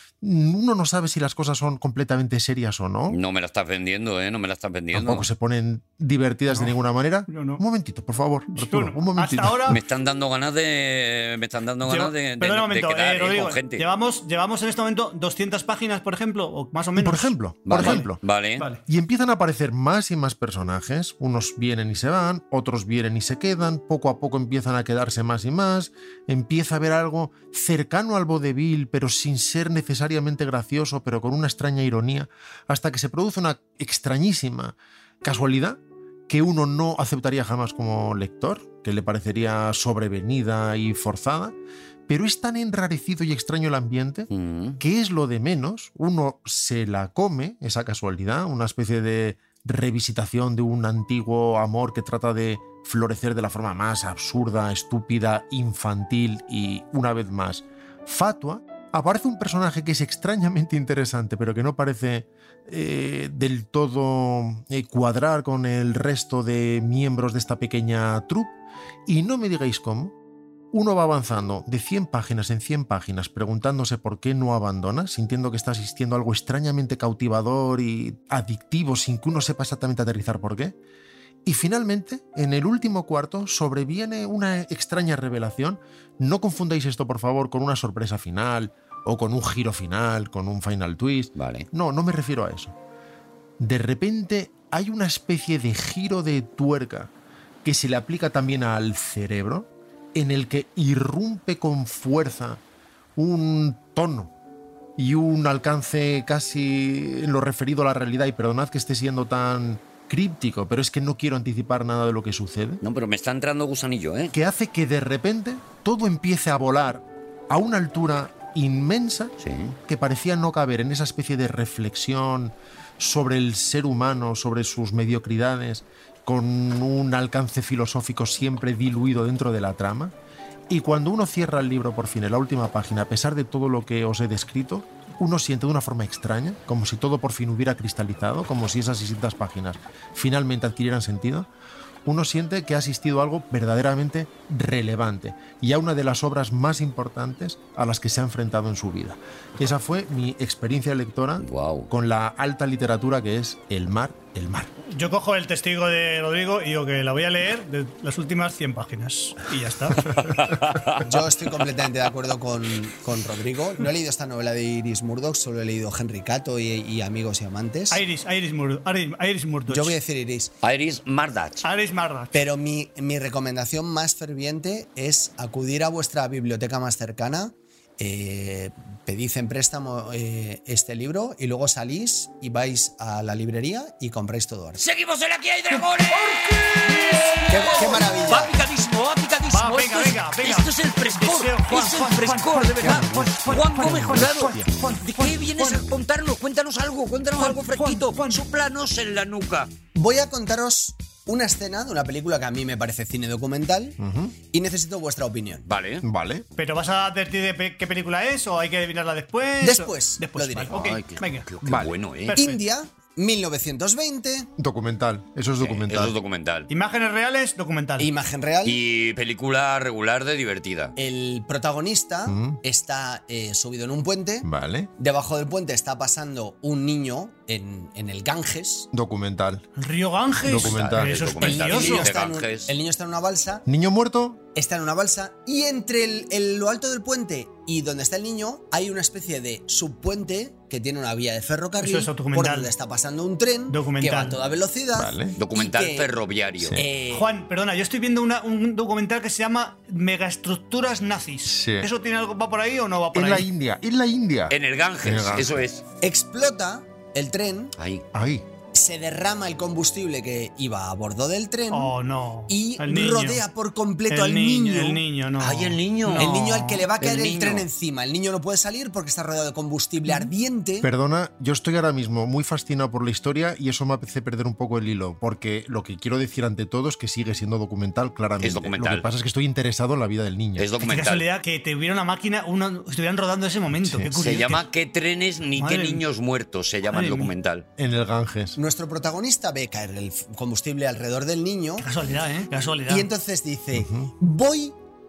Uno no sabe si las cosas son completamente serias o no. No me la estás vendiendo, ¿eh? No me la estás vendiendo. Tampoco se ponen divertidas de No, ninguna manera. yo no. Un momentito, por favor, Arturo, no. un momentito. Hasta ahora. Me están dando ganas de. Me están dando ganas Lleva- de, de, Perdona un de momento, quedar eh, eh, Rodrigo, con gente. Llevamos, llevamos en este momento doscientas páginas, por ejemplo, o más o menos. Por ejemplo, por Vale, ejemplo. Vale. Vale. Y empiezan a aparecer más y más personajes. Unos vienen y se van, otros vienen y se quedan. Poco a poco empiezan a quedarse más y más. Empieza a haber algo cercano al vodevil, pero sin ser necesariamente gracioso, pero con una extraña ironía, hasta que se produce una extrañísima casualidad que uno no aceptaría jamás como lector, que le parecería sobrevenida y forzada. Pero es tan enrarecido y extraño el ambiente Mm. que es lo de menos. Uno se la come, esa casualidad, una especie de revisitación de un antiguo amor que trata de florecer de la forma más absurda, estúpida, infantil y, una vez más, fatua. Aparece un personaje que es extrañamente interesante, pero que no parece eh, del todo eh, cuadrar con el resto de miembros de esta pequeña troupe. Y no me digáis cómo. Uno va avanzando de cien páginas en cien páginas preguntándose por qué no abandona, sintiendo que está asistiendo a algo extrañamente cautivador y adictivo sin que uno sepa exactamente aterrizar por qué. Y finalmente, en el último cuarto, sobreviene una extraña revelación. No confundáis esto, por favor, con una sorpresa final o con un giro final, con un final twist. Vale. No, no me refiero a eso. De repente hay una especie de giro de tuerca que se le aplica también al cerebro en el que irrumpe con fuerza un tono y un alcance casi en lo referido a la realidad, y perdonad que esté siendo tan críptico, pero es que no quiero anticipar nada de lo que sucede. No, pero me está entrando gusanillo, ¿eh? Que hace que de repente todo empiece a volar a una altura inmensa, sí, que parecía no caber en esa especie de reflexión sobre el ser humano, sobre sus mediocridades, con un alcance filosófico siempre diluido dentro de la trama. Y cuando uno cierra el libro por fin, en la última página, a pesar de todo lo que os he descrito, uno siente de una forma extraña, como si todo por fin hubiera cristalizado, como si esas seiscientas páginas finalmente adquirieran sentido. Uno siente que ha asistido a algo verdaderamente relevante y a una de las obras más importantes a las que se ha enfrentado en su vida. Esa fue mi experiencia lectora wow. con la alta literatura que es El mar, el mar. Yo cojo el testigo de Rodrigo y digo que la voy a leer de las últimas cien páginas. Y ya está. Yo estoy completamente de acuerdo con, con Rodrigo. No he leído esta novela de Iris Murdoch, solo he leído Henry Cato y, y Amigos y Amantes. Iris, Iris Murdoch. Iris, Iris Murdoch. Yo voy a decir Iris. Iris Murdoch. Iris Murdoch. Pero mi, mi recomendación más ferviente es acudir a vuestra biblioteca más cercana. Eh, pedid en préstamo eh, este libro y luego salís y vais a la librería y compráis todo arte. ¡Seguimos en Aquí hay dragones! ¡Qué, qué maravilla! ¡Va picadísimo, va picadísimo! Va, venga, esto, venga, es, venga. esto es el frescor, Deseo, Juan, es el Juan, frescor, Juan, de verdad. Juan, Juan, Juan Juan, Gómez Juan, Jurado, Juan, ¿de Juan, qué vienes Juan. a contarnos? Cuéntanos algo, cuéntanos Juan, algo fresquito. Juan, Juan. Súplanos en la nuca. Voy a contaros una escena de una película que a mí me parece cine documental Uh-huh. y necesito vuestra opinión. Vale. Vale. ¿Pero vas a advertir de pe- qué película es o hay que adivinarla después? Después, O- Después, lo diré. vale, ok, Ay, qué, venga. qué- qué Vale. bueno, ¿eh? Perfecto. India, mil novecientos veinte, Documental, eso es documental. Eso es documental. Imágenes reales, documental. imagen real. Y película regular de divertida. El protagonista Mm. está eh, subido en un puente. Vale. Debajo del puente está pasando un niño en, en el Ganges. Documental. El río Ganges. Documental. Eso es Documental. El Documental. niño, de está en un- Ganges. el niño está en una balsa. ¿Niño muerto? Está en una balsa y entre el, el- lo alto del puente y donde está el niño hay una especie de subpuente que tiene una vía de ferrocarril Eso es por documental. donde está pasando un tren Documental. que va a toda velocidad. Vale. Documental y que, ferroviario. Sí. eh, Juan, perdona, yo estoy viendo una- un documental que se llama Megaestructuras Nazis. Sí. ¿Eso tiene algo, va por ahí o no va por En la ahí? India, en la India. En el Ganges, En el Ganges. eso es. explota el tren, Ahí. Ahí. se derrama el combustible que iba a bordo del tren Oh, no. y El niño. rodea por completo El al niño. El niño, no. Ay, el niño. No. El niño al que le va a caer El el, niño. tren encima. El niño no puede salir porque está rodeado de combustible ardiente. Perdona, yo estoy ahora mismo muy fascinado por la historia y eso me hace perder un poco el hilo, porque lo que quiero decir ante todo es que sigue siendo documental, claramente. Es documental. Lo que pasa es que estoy interesado en la vida del niño. Es Qué documental. casualidad que te hubiera una máquina, una, estuvieran rodando ese momento. Sí. Qué curioso. Se llama ¿Qué trenes ni Madre qué mía. niños muertos? Se llama el Madre mía. documental. En el Ganges. Nuestro protagonista ve caer el f- combustible alrededor del niño Qué casualidad, ¿eh? Qué casualidad. y entonces dice, voy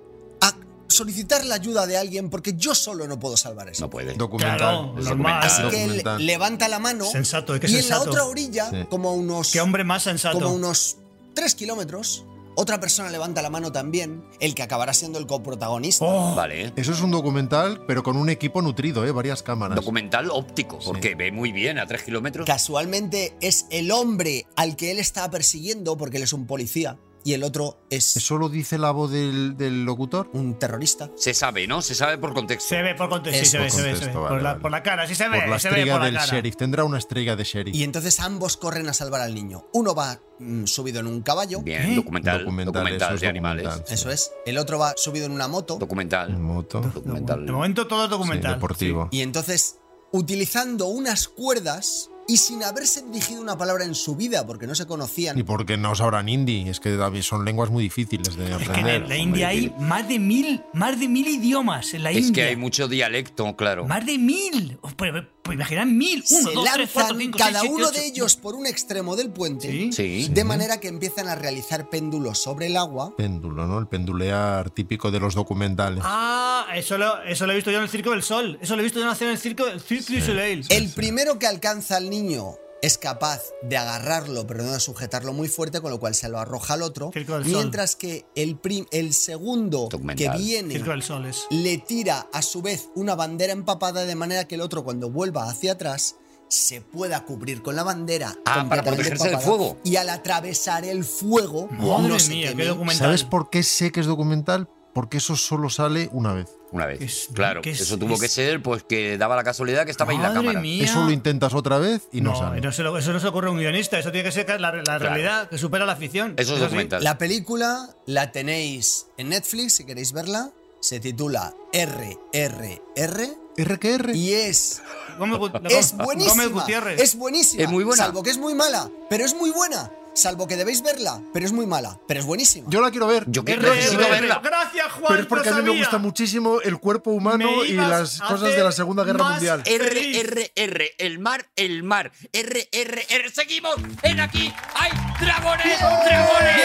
a solicitar la ayuda de alguien porque yo solo no puedo salvar eso. No puede. Documental. Claro, Es normal. documental. Así que él Documental. levanta la mano Sensato, qué y en la sensato. otra orilla, Sí. como a unos, Qué hombre más sensato. como a unos tres kilómetros, otra persona levanta la mano también, el que acabará siendo el coprotagonista. Oh, Vale. Eso es un documental, pero con un equipo nutrido, ¿eh? Varias cámaras. Documental óptico, porque ve muy bien a tres kilómetros. Casualmente es el hombre al que él está persiguiendo porque él es un policía y el otro es ¿Eso lo dice la voz del, del locutor? un terrorista. Se sabe, ¿no? Se sabe por contexto. se ve por contexto, sí, Es se ve, por se ve, se ve. contexto, Por, vale, la, vale. por la cara, sí se ve, Por la se ve estrella por la del cara. sheriff. Tendrá una estrella de sheriff. Y entonces ambos corren a salvar al niño. Uno va mm, subido en un caballo. Bien, ¿Eh? documental. Documental, Documental, eso es de animales. documental. Eso es. El otro va subido en una moto. Documental. En moto. Documental. De momento todo es Sí, documental. deportivo. Y entonces, utilizando unas cuerdas y sin haberse dirigido una palabra en su vida porque no se conocían. Y porque no sabrán hindi, es que David, son lenguas muy difíciles de Es que en aprender. la India hay más de mil, más de mil idiomas en la Es India. que hay mucho dialecto, claro. Más de mil. Oh, Pues, pues imaginad mil. Uno, se dos, tres, cuatro, lanzan cinco, cada seis, siete, uno ocho. de ellos por un extremo del puente. Sí. Sí. De manera que empiezan a realizar péndulos sobre el agua. Péndulo, ¿no? El pendulear típico de los documentales. Ah, eso lo, eso lo he visto yo en el Circo del Sol. Eso lo he visto yo hacer en el Circo del Cirque du Soleil. El primero que alcanza al niño es capaz de agarrarlo, pero no de sujetarlo muy fuerte, con lo cual se lo arroja al otro. Circo del Sol. Mientras que el, prim- el segundo Documental. que viene Circo del Sol es. le tira a su vez una bandera empapada, de manera que el otro, cuando vuelva hacia atrás, se pueda cubrir con la bandera. Ah, para completamente protegerse del empapada, fuego. Y al atravesar el fuego, Madre no se mía, queme. qué documental. ¿Sabes por qué sé que es documental? porque eso solo sale una vez. Una vez. Es- claro, que es- eso tuvo es- que ser pues que daba la casualidad que estaba ahí la Madre cámara. mía. Eso lo intentas otra vez y no, No, sale. no se lo- eso no se le ocurre a un guionista, eso tiene que ser la, la realidad que supera la ficción. Eso es así. documental. La película la tenéis en Netflix si queréis verla. Se titula R R R ¿R qué R? y es Gómez Gut- es Gómez buenísima. Gutiérrez. Es buenísima. Es muy buena. Salvo que es muy mala, pero es muy buena. Salvo que debéis verla, pero es muy mala, pero es buenísima. Yo la quiero ver. Yo que R R R. necesito verla. Gracias, Juan. Pero es porque lo a mí me sabía. gusta muchísimo el cuerpo humano Me y ibas las a cosas hacer de la Segunda Guerra más Mundial. R R R, el mar, el mar. R R R, seguimos en aquí. ¡Hay dragones! ¡Dragones!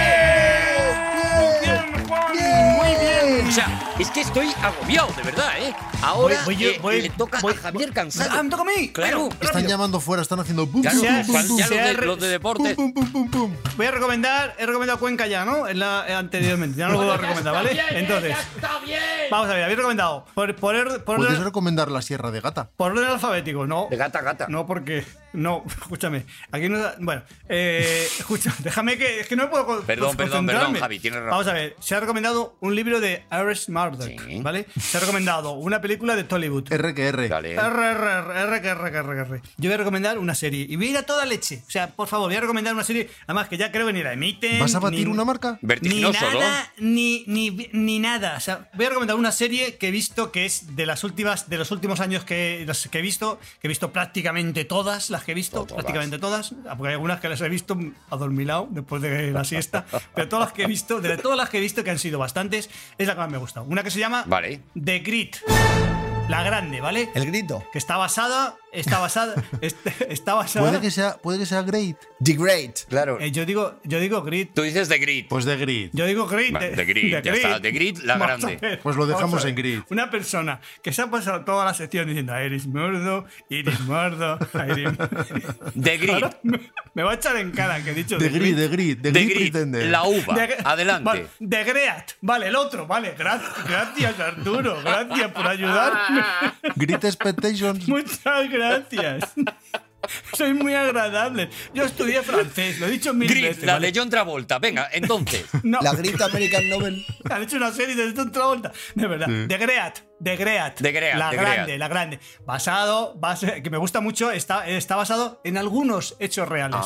Muy bien, Juan. Muy bien. O sea, es que estoy agobiado, de verdad, ¿eh? Ahora Voy- voy yo- eh, voy- le toca voy- a Javier Cansado. Ah, me toca a mí. Claro. Bueno, Están rápido. llamando fuera, están haciendo pum, Claro, pum, Se ha- pum, cuan- pum, ya pum, los de, Se ha- los de deportes. pum, pum, pum, pum. Voy a recomendar, he recomendado Cuenca ya, ¿no? En la, eh, anteriormente, ya no lo vuelvo a recomendar, ¿vale? Entonces, ¡Está bien! vamos a ver, habéis recomendado por, por, er- por, Puedes orden, recomendar la Sierra de Gata. por orden alfabético, ¿no? De gata a gata. No, porque. No, escúchame. Aquí no. Bueno, eh, escucha, déjame que. Es que no me puedo. co- Perdón, perdón, concentrarme. perdón, Javi, tienes razón. Vamos a ver, se ha recomendado un libro de Iris Murdoch, Sí. ¿vale? Se ha recomendado una película de Tollywood. R que R. Dale. R, R, R, R, R, R, R, R. Yo voy a recomendar una serie. Y voy a ir a toda leche. O sea, por favor, voy a recomendar una serie. Además, que ya creo que ni la emiten. ¿Vas a batir ni- una marca? Ni Vertiginoso, nada, ni, ni, ni nada. O sea, voy a recomendar una serie que he visto que es de las últimas, de los últimos años que, las que he visto, que he visto prácticamente todas las que he visto, Todas. prácticamente todas, porque hay algunas que las he visto adormilado después de la siesta, pero todas las que he visto, de todas las que he visto, que han sido bastantes, es la que más me ha gustado. Una que se llama Vale. The Grit. La grande, ¿vale? El grito. Que está basada, está basada, este- está basada. Puede que sea, puede que sea Great. The Great. Claro. Eh, yo digo, yo digo Grit. Tú dices de grit. Pues de Grit. Yo digo Grit. Vale, de- The Grit, de ya está, The Grit, la Vamos a grande. ver, Pues lo vamos dejamos a ver. en Grit. Una persona que se ha pasado toda la sección diciendo Iris Murdo, Iris Murdo, Iris. The Grit. Ahora me, me va a echar en cara que he dicho De Grit, de Grit, de The Grit Grit. Pretender. La uva. De- Adelante. Vale, de Great. Vale, el otro. Vale, gra- gracias, Arturo. Gracias por ayudarme. Grit Expectations. Muchas gracias. Soy muy agradable. Yo estudié francés, lo he dicho mil Grit, veces. la ¿vale? de John Travolta. Venga, entonces. No. La Great American Novel. Han hecho una serie de John Travolta. De verdad. De Great. De Great. De Great, La de grande, Great. la grande. Basado, base- que me gusta mucho, está, está basado en algunos hechos reales.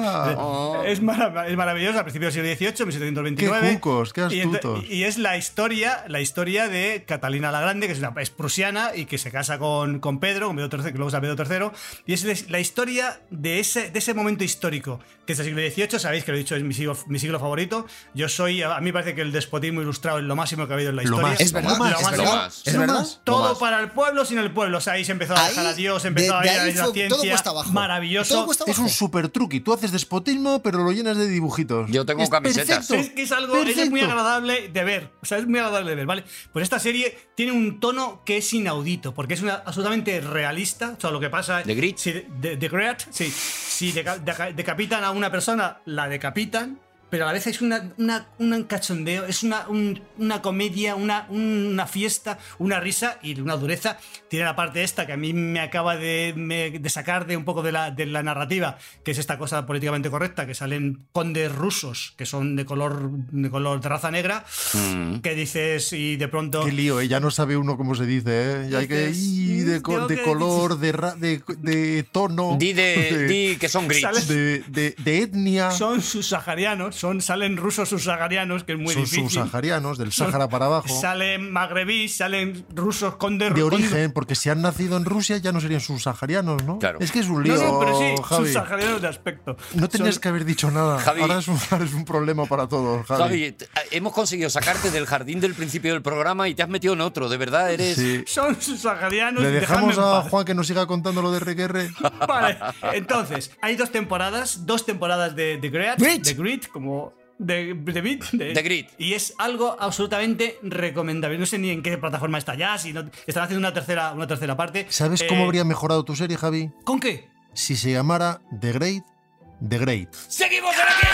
Ah. Es, marav- es maravilloso. Al principio del siglo dieciocho, mil setecientos veintinueve. Qué cucos, qué Y ent- astutos. Y, es la historia, la historia de Catalina la Grande, que es, una, es prusiana y que se casa con, con Pedro, con Pedro tercero, que luego es a Pedro tercero. Y es la- la historia de ese, de ese momento histórico, que es el siglo dieciocho. Sabéis que lo he dicho, es mi siglo, mi siglo favorito. Yo soy, a mí me parece que el despotismo ilustrado es lo máximo que ha habido en la Lo historia. más, Es verdad, lo más, es Lo verdad. más. Es Lo verdad. más. Todo para el pueblo, sin el pueblo. O sea, ahí se empezó a Ahí, dejar a Dios, se empezó de- a de ir a ahí la fue- ciencia. todo cuesta abajo. Maravilloso. Todo cuesta Es un super truqui. Tú haces despotismo, pero lo llenas de dibujitos. Yo tengo Es camisetas. perfecto, Es que es algo es muy perfecto. agradable de ver. O sea, es muy agradable de ver, ¿vale? Pues esta serie tiene un tono que es inaudito, porque es una, absolutamente realista. O sea, lo que pasa. ¿The Grit? Si, de, de Great, sí. Si deca- deca- decapitan a una persona, la decapitan. Pero a la vez es una, una, un cachondeo, es una, un- una comedia, una, una fiesta, una risa y una dureza. Tiene la parte esta que a mí me acaba de, me- de sacar de un poco de la, de la narrativa, que es esta cosa políticamente correcta, que salen condes rusos, que son de color de, color de raza negra, Mm. que dices y de pronto... Qué lío, ¿eh? Ya no sabe uno cómo se dice, ¿eh? Ya hay que Dices, y de, co- tengo de que- color, de, ra- de, de tono, Di, de, di que son grits. Sale- de, de- de etnia. Son subsaharianos, son, salen rusos subsaharianos, que es muy Son difícil. subsaharianos, del Son- Sáhara para abajo. Salen magrebíes, salen rusos condes De condes- origen, porque si han nacido en Rusia ya no serían subsaharianos, ¿no? Claro. Es que es un No, lío, no, pero sí, Javi. subsaharianos de aspecto. No tenías Son- que haber dicho nada. Javi. Ahora es un, ahora es un problema para todos, Javi. Javi, t- hemos conseguido sacarte del jardín del principio del programa y te has metido en otro. De verdad, eres. Sí. Son subsaharianos. Le dejadme dejamos en a paz. Juan que nos siga contando lo de R Q R. Vale, entonces, hay dos temporadas, dos temporadas de The Great, Grit. The Grit, como de, de, Beat, de- The Grit. Y es algo absolutamente recomendable. No sé ni en qué plataforma está ya, si no, están haciendo una tercera, una tercera parte. ¿Sabes Eh, cómo habría mejorado tu serie, Javi? ¿Con qué? Si se llamara The Great, The Great. ¡Seguimos en aquí,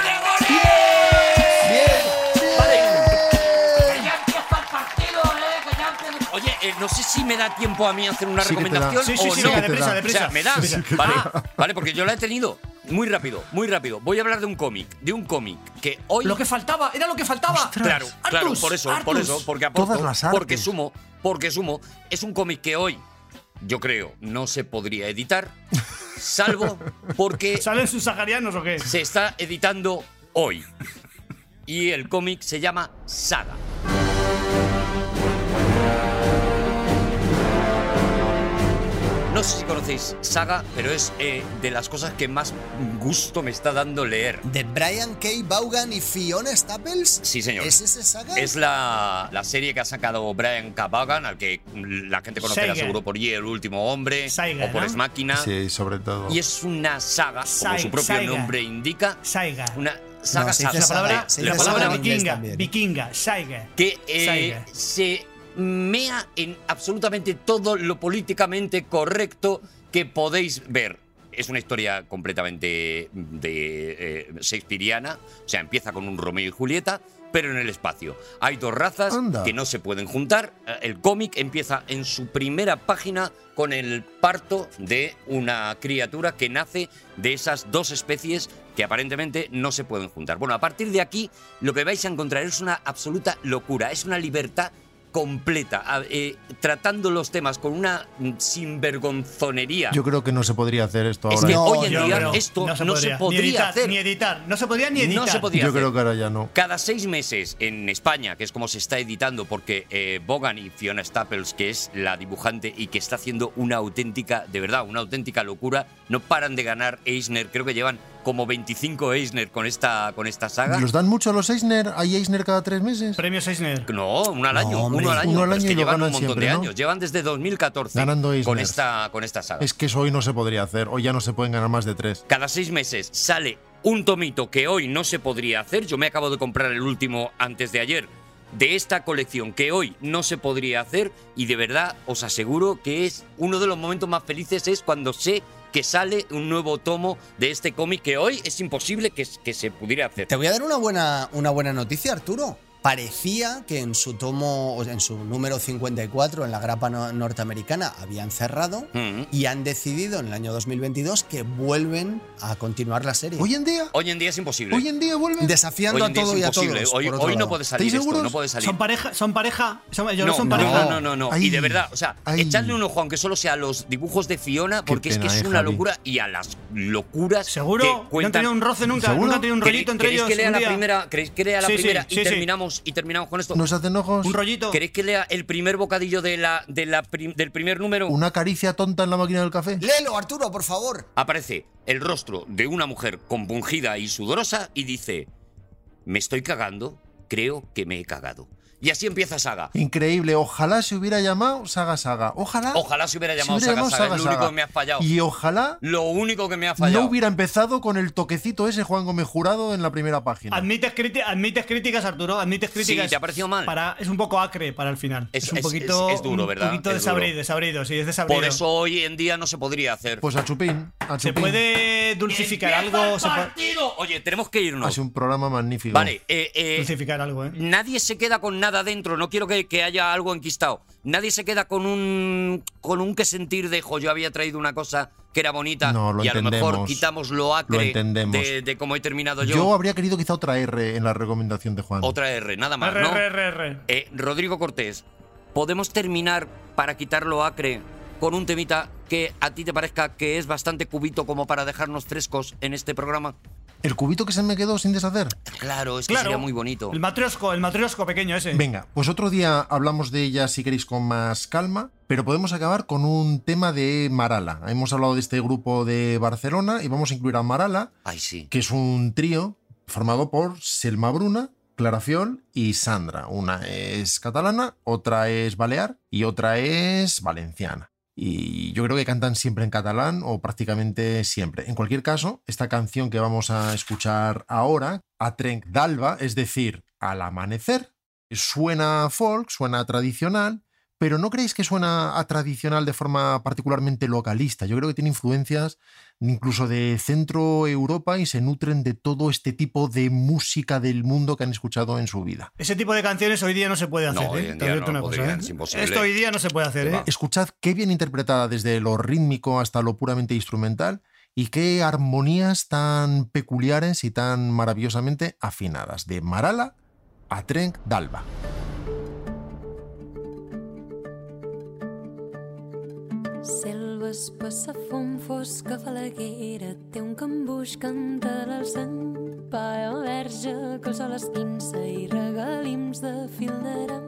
dragones! Vale. Que ya empieza el partido, ¿eh? Que ya empieza- Oye, eh, no sé si me da tiempo a mí hacer una Sí que te da. recomendación Sí, sí, o sí, no. venga, que te deprisa, da. deprisa. O sea, me da. Deprisa. Vale, vale, porque yo la he tenido. muy rápido, muy rápido. Voy a hablar de un cómic, de un cómic que hoy... Lo que faltaba, era lo que faltaba. Ostras. Claro, claro, Artus, por eso, Artus. por eso, porque aporto, Todas las artes. porque sumo, porque sumo. Es un cómic que hoy, yo creo, no se podría editar, salvo porque ¿Salen sus saharianos o qué? se está editando hoy. Y el cómic se llama Saga. No sé si conocéis Saga, pero es eh, de las cosas que más gusto me está dando leer. ¿De Brian K. Vaughan y Fiona Staples? Sí, señor. ¿Es ese Saga? Es la, la serie que ha sacado Brian K. Vaughan, al que la gente conocerá Saiga. seguro por Y, El Último Hombre, Saiga, o por ¿no? Ex Machina. Sí, sobre todo. Y es una saga, como Sai- su propio Saiga. nombre indica, Saiga. una saga No, se saga, dice La palabra, Se la dice palabra saga en inglés vikinga, también. vikinga, Saiga. que eh, Saiga. se mea en absolutamente todo lo políticamente correcto que podéis ver. Es una historia completamente de eh, shakespeariana, o sea, empieza con un Romeo y Julieta, pero en el espacio. Hay dos razas Anda. que no se pueden juntar. El cómic empieza en su primera página con el parto de una criatura que nace de esas dos especies que aparentemente no se pueden juntar. Bueno, a partir de aquí lo que vais a encontrar es una absoluta locura, es una libertad completa, a- eh, tratando los temas con una mm, sinvergonzonería. Yo creo que no se podría hacer esto Es ahora. que No, hoy en yo día creo- esto no se podría, ni editar, hacer. Ni editar, no se podría ni editar. No se podría Yo hacer. creo que ahora ya no. Cada seis meses en España, que es como se está editando, porque eh, Vaughan y Fiona Staples, que es la dibujante y que está haciendo una auténtica, de verdad, una auténtica locura, no paran de ganar Eisner. Creo que llevan como veinticinco Eisner con esta, con esta saga. ¿Los dan mucho a los Eisner? ¿Hay Eisner cada tres meses? Premios Eisner. No, uno al año, No, hombre. uno al año. Uno al pero es año que y lo llevan un ganan montón siempre, de ¿no? años. Llevan desde dos mil catorce Ganando Eisners. con esta, con esta saga. Es que eso hoy no se podría hacer. Hoy ya no se pueden ganar más de tres. Cada seis meses sale un tomito que hoy no se podría hacer. Yo me acabo de comprar el último antes de ayer de esta colección que hoy no se podría hacer, y de verdad os aseguro que es uno de los momentos más felices es cuando sé que sale un nuevo tomo de este cómic que hoy es imposible que, que se pudiera hacer. Te voy a dar una buena, una buena noticia, Arturo. Parecía que en su tomo, o sea, en su número cincuenta y cuatro, en la grapa no- norteamericana, habían cerrado Mm. y han decidido en el año dos mil veintidós que vuelven a continuar la serie. Hoy en día, Hoy en día es imposible. hoy en día vuelven. Desafiando Hoy a en día todo es y a imposible. todos. Hoy, por otro hoy no lado. puede salir ¿Estáis esto, seguros? no puede salir. ¿Son pareja? ¿Son pareja? Son, ellos No, no son no, pareja. no, no, no, no. Ay. Y de verdad, o sea, Ay. echarle un ojo, aunque solo sea a los dibujos de Fiona, Qué porque es que pena, es eh, una Javi. locura, y a las locuras ¿Seguro? que ¿No han cuentan. tenido un roce nunca? ¿Seguro? ¿Nunca han tenido un ¿Queréis- rollito entre queréis ellos? que lea un la día? primera, ¿Queréis que lea la Sí, sí, primera sí, y sí. terminamos y terminamos con esto? ¿Nos hacen ojos? Un rollito. ¿Queréis que lea el primer bocadillo de la, de la prim- del primer número? ¿Una caricia tonta en la máquina del café? Léelo, Arturo, por favor. Aparece el rostro de una mujer compungida y sudorosa y dice: me estoy cagando, creo que me he cagado. Y así empieza Saga. Increíble. Ojalá se hubiera llamado Saga Saga. Ojalá. Ojalá se hubiera se llamado hubiera Saga llamado Saga, es lo Saga único Saga. que me ha fallado. Y ojalá Lo único que me ha fallado. no hubiera empezado con el toquecito ese Juan Gómez Jurado en la primera página. Admites, criti- admites críticas, Arturo, admites críticas. Sí, ¿te ha parecido mal? Para, es un poco acre para el final. Es- Es, un es- poquito, es- es duro, ¿verdad? Un poquito Es desabrido, duro. desabrido, sí, es desabrido. Por eso hoy en día no se podría hacer. Pues a Chupín. A ¿Se Chupín. puede dulcificar ¡Empieza algo? el ¿Se puede partido! Oye, tenemos que irnos. Hace un programa magnífico. Vale, eh, eh, dulcificar algo, eh? nadie se queda con nada dentro. No quiero que, que haya algo enquistado. Nadie se queda con un con un que sentir de, jo, yo había traído una cosa que era bonita No, lo y a lo mejor entendemos. quitamos lo Lo acre entendemos. de, de cómo he terminado yo. Yo habría querido quizá otra R en la recomendación de Juan. Otra R, nada más, R, ¿no? R, R, R. Eh, Rodrigo Cortés, ¿podemos terminar para quitar lo acre con un temita que a ti te parezca que es bastante cubito como para dejarnos frescos en este programa? ¿El cubito que se me quedó sin deshacer? Claro, es que Claro. sería muy bonito. El matriosco, el matriosco pequeño ese. Venga, pues otro día hablamos de ella si queréis con más calma, pero podemos acabar con un tema de Marala. Hemos hablado de este grupo de Barcelona y vamos a incluir a Marala, Ay, sí. que es un trío formado por Selma Bruna, Clara Fiol y Sandra. Una es catalana, otra es balear y otra es valenciana. Y yo creo que cantan siempre en catalán o prácticamente siempre. En cualquier caso, esta canción que vamos a escuchar ahora, A Trenc d'Alba, es decir, al amanecer, suena folk, suena tradicional, pero no creéis que suena a tradicional de forma particularmente localista. Yo creo que tiene influencias incluso de Centro Europa y se nutren de todo este tipo de música del mundo que han escuchado en su vida. Ese tipo de canciones hoy día no se puede hacer, No, hoy ¿eh? en Te día advierto no una cosa, podrían, ¿eh? es imposible. Esto hoy día no se puede hacer, ¿Qué ¿eh? va? Escuchad qué bien interpretada desde lo rítmico hasta lo puramente instrumental Y qué armonías tan peculiares y tan maravillosamente afinadas, de Marala a Trenc d'Alba. Selva espessa, fum fosca, falaguera, té un cambuix, canta l'alçant, paia verge, que el sol esquinça i regalims de fil d'aram.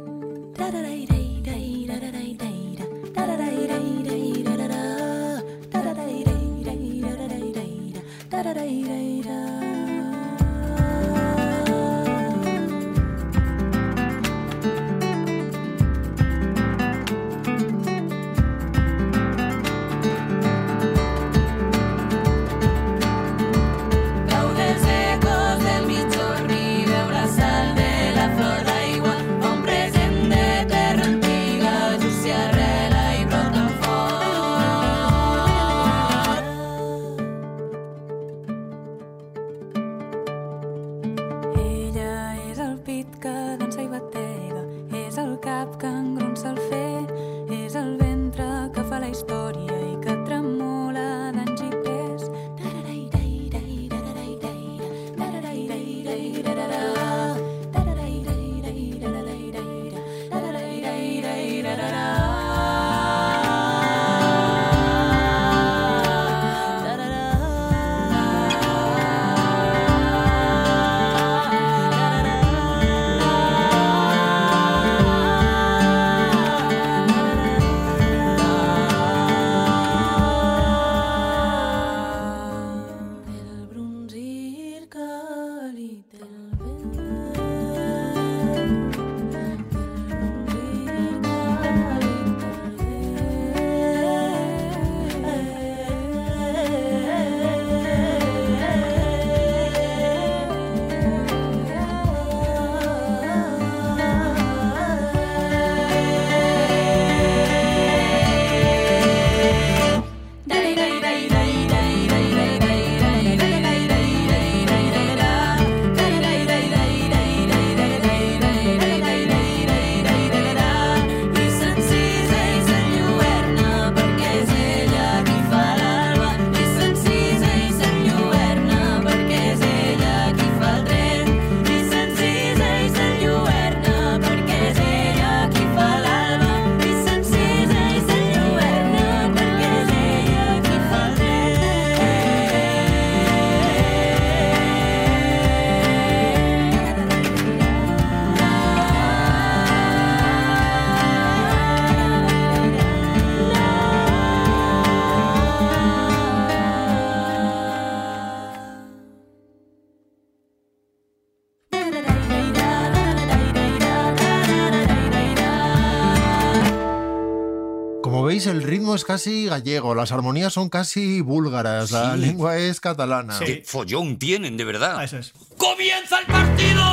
El ritmo es casi gallego, las armonías son casi búlgaras, sí. La lengua es catalana. Sí. ¿Qué follón tienen, de verdad? Ah, eso es. ¡Comienza el partido!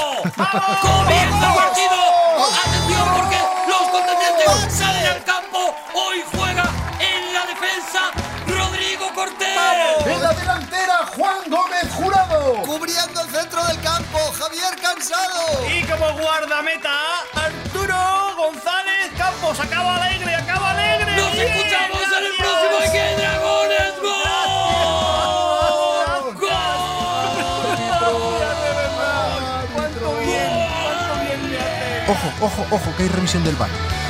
¡Comienza el partido! ¡Atención, porque los contendientes salen al campo! Hoy juega en la defensa Rodrigo Cortés. En la delantera Juan Gómez Jurado. Cubriendo el centro del campo Javier Cansado. Y como guardameta Arturo González Campos. ¡Acaba alegre, acaba alegre! ¡Nos ¡Bien, escuchamos gracias! En el próximo ¡Y que Dragones! ¡Gol! ¡Gol! ¡Cuánto bien! ¡Cuánto bien me hace! Ojo, ojo, ojo, que hay revisión del V A R.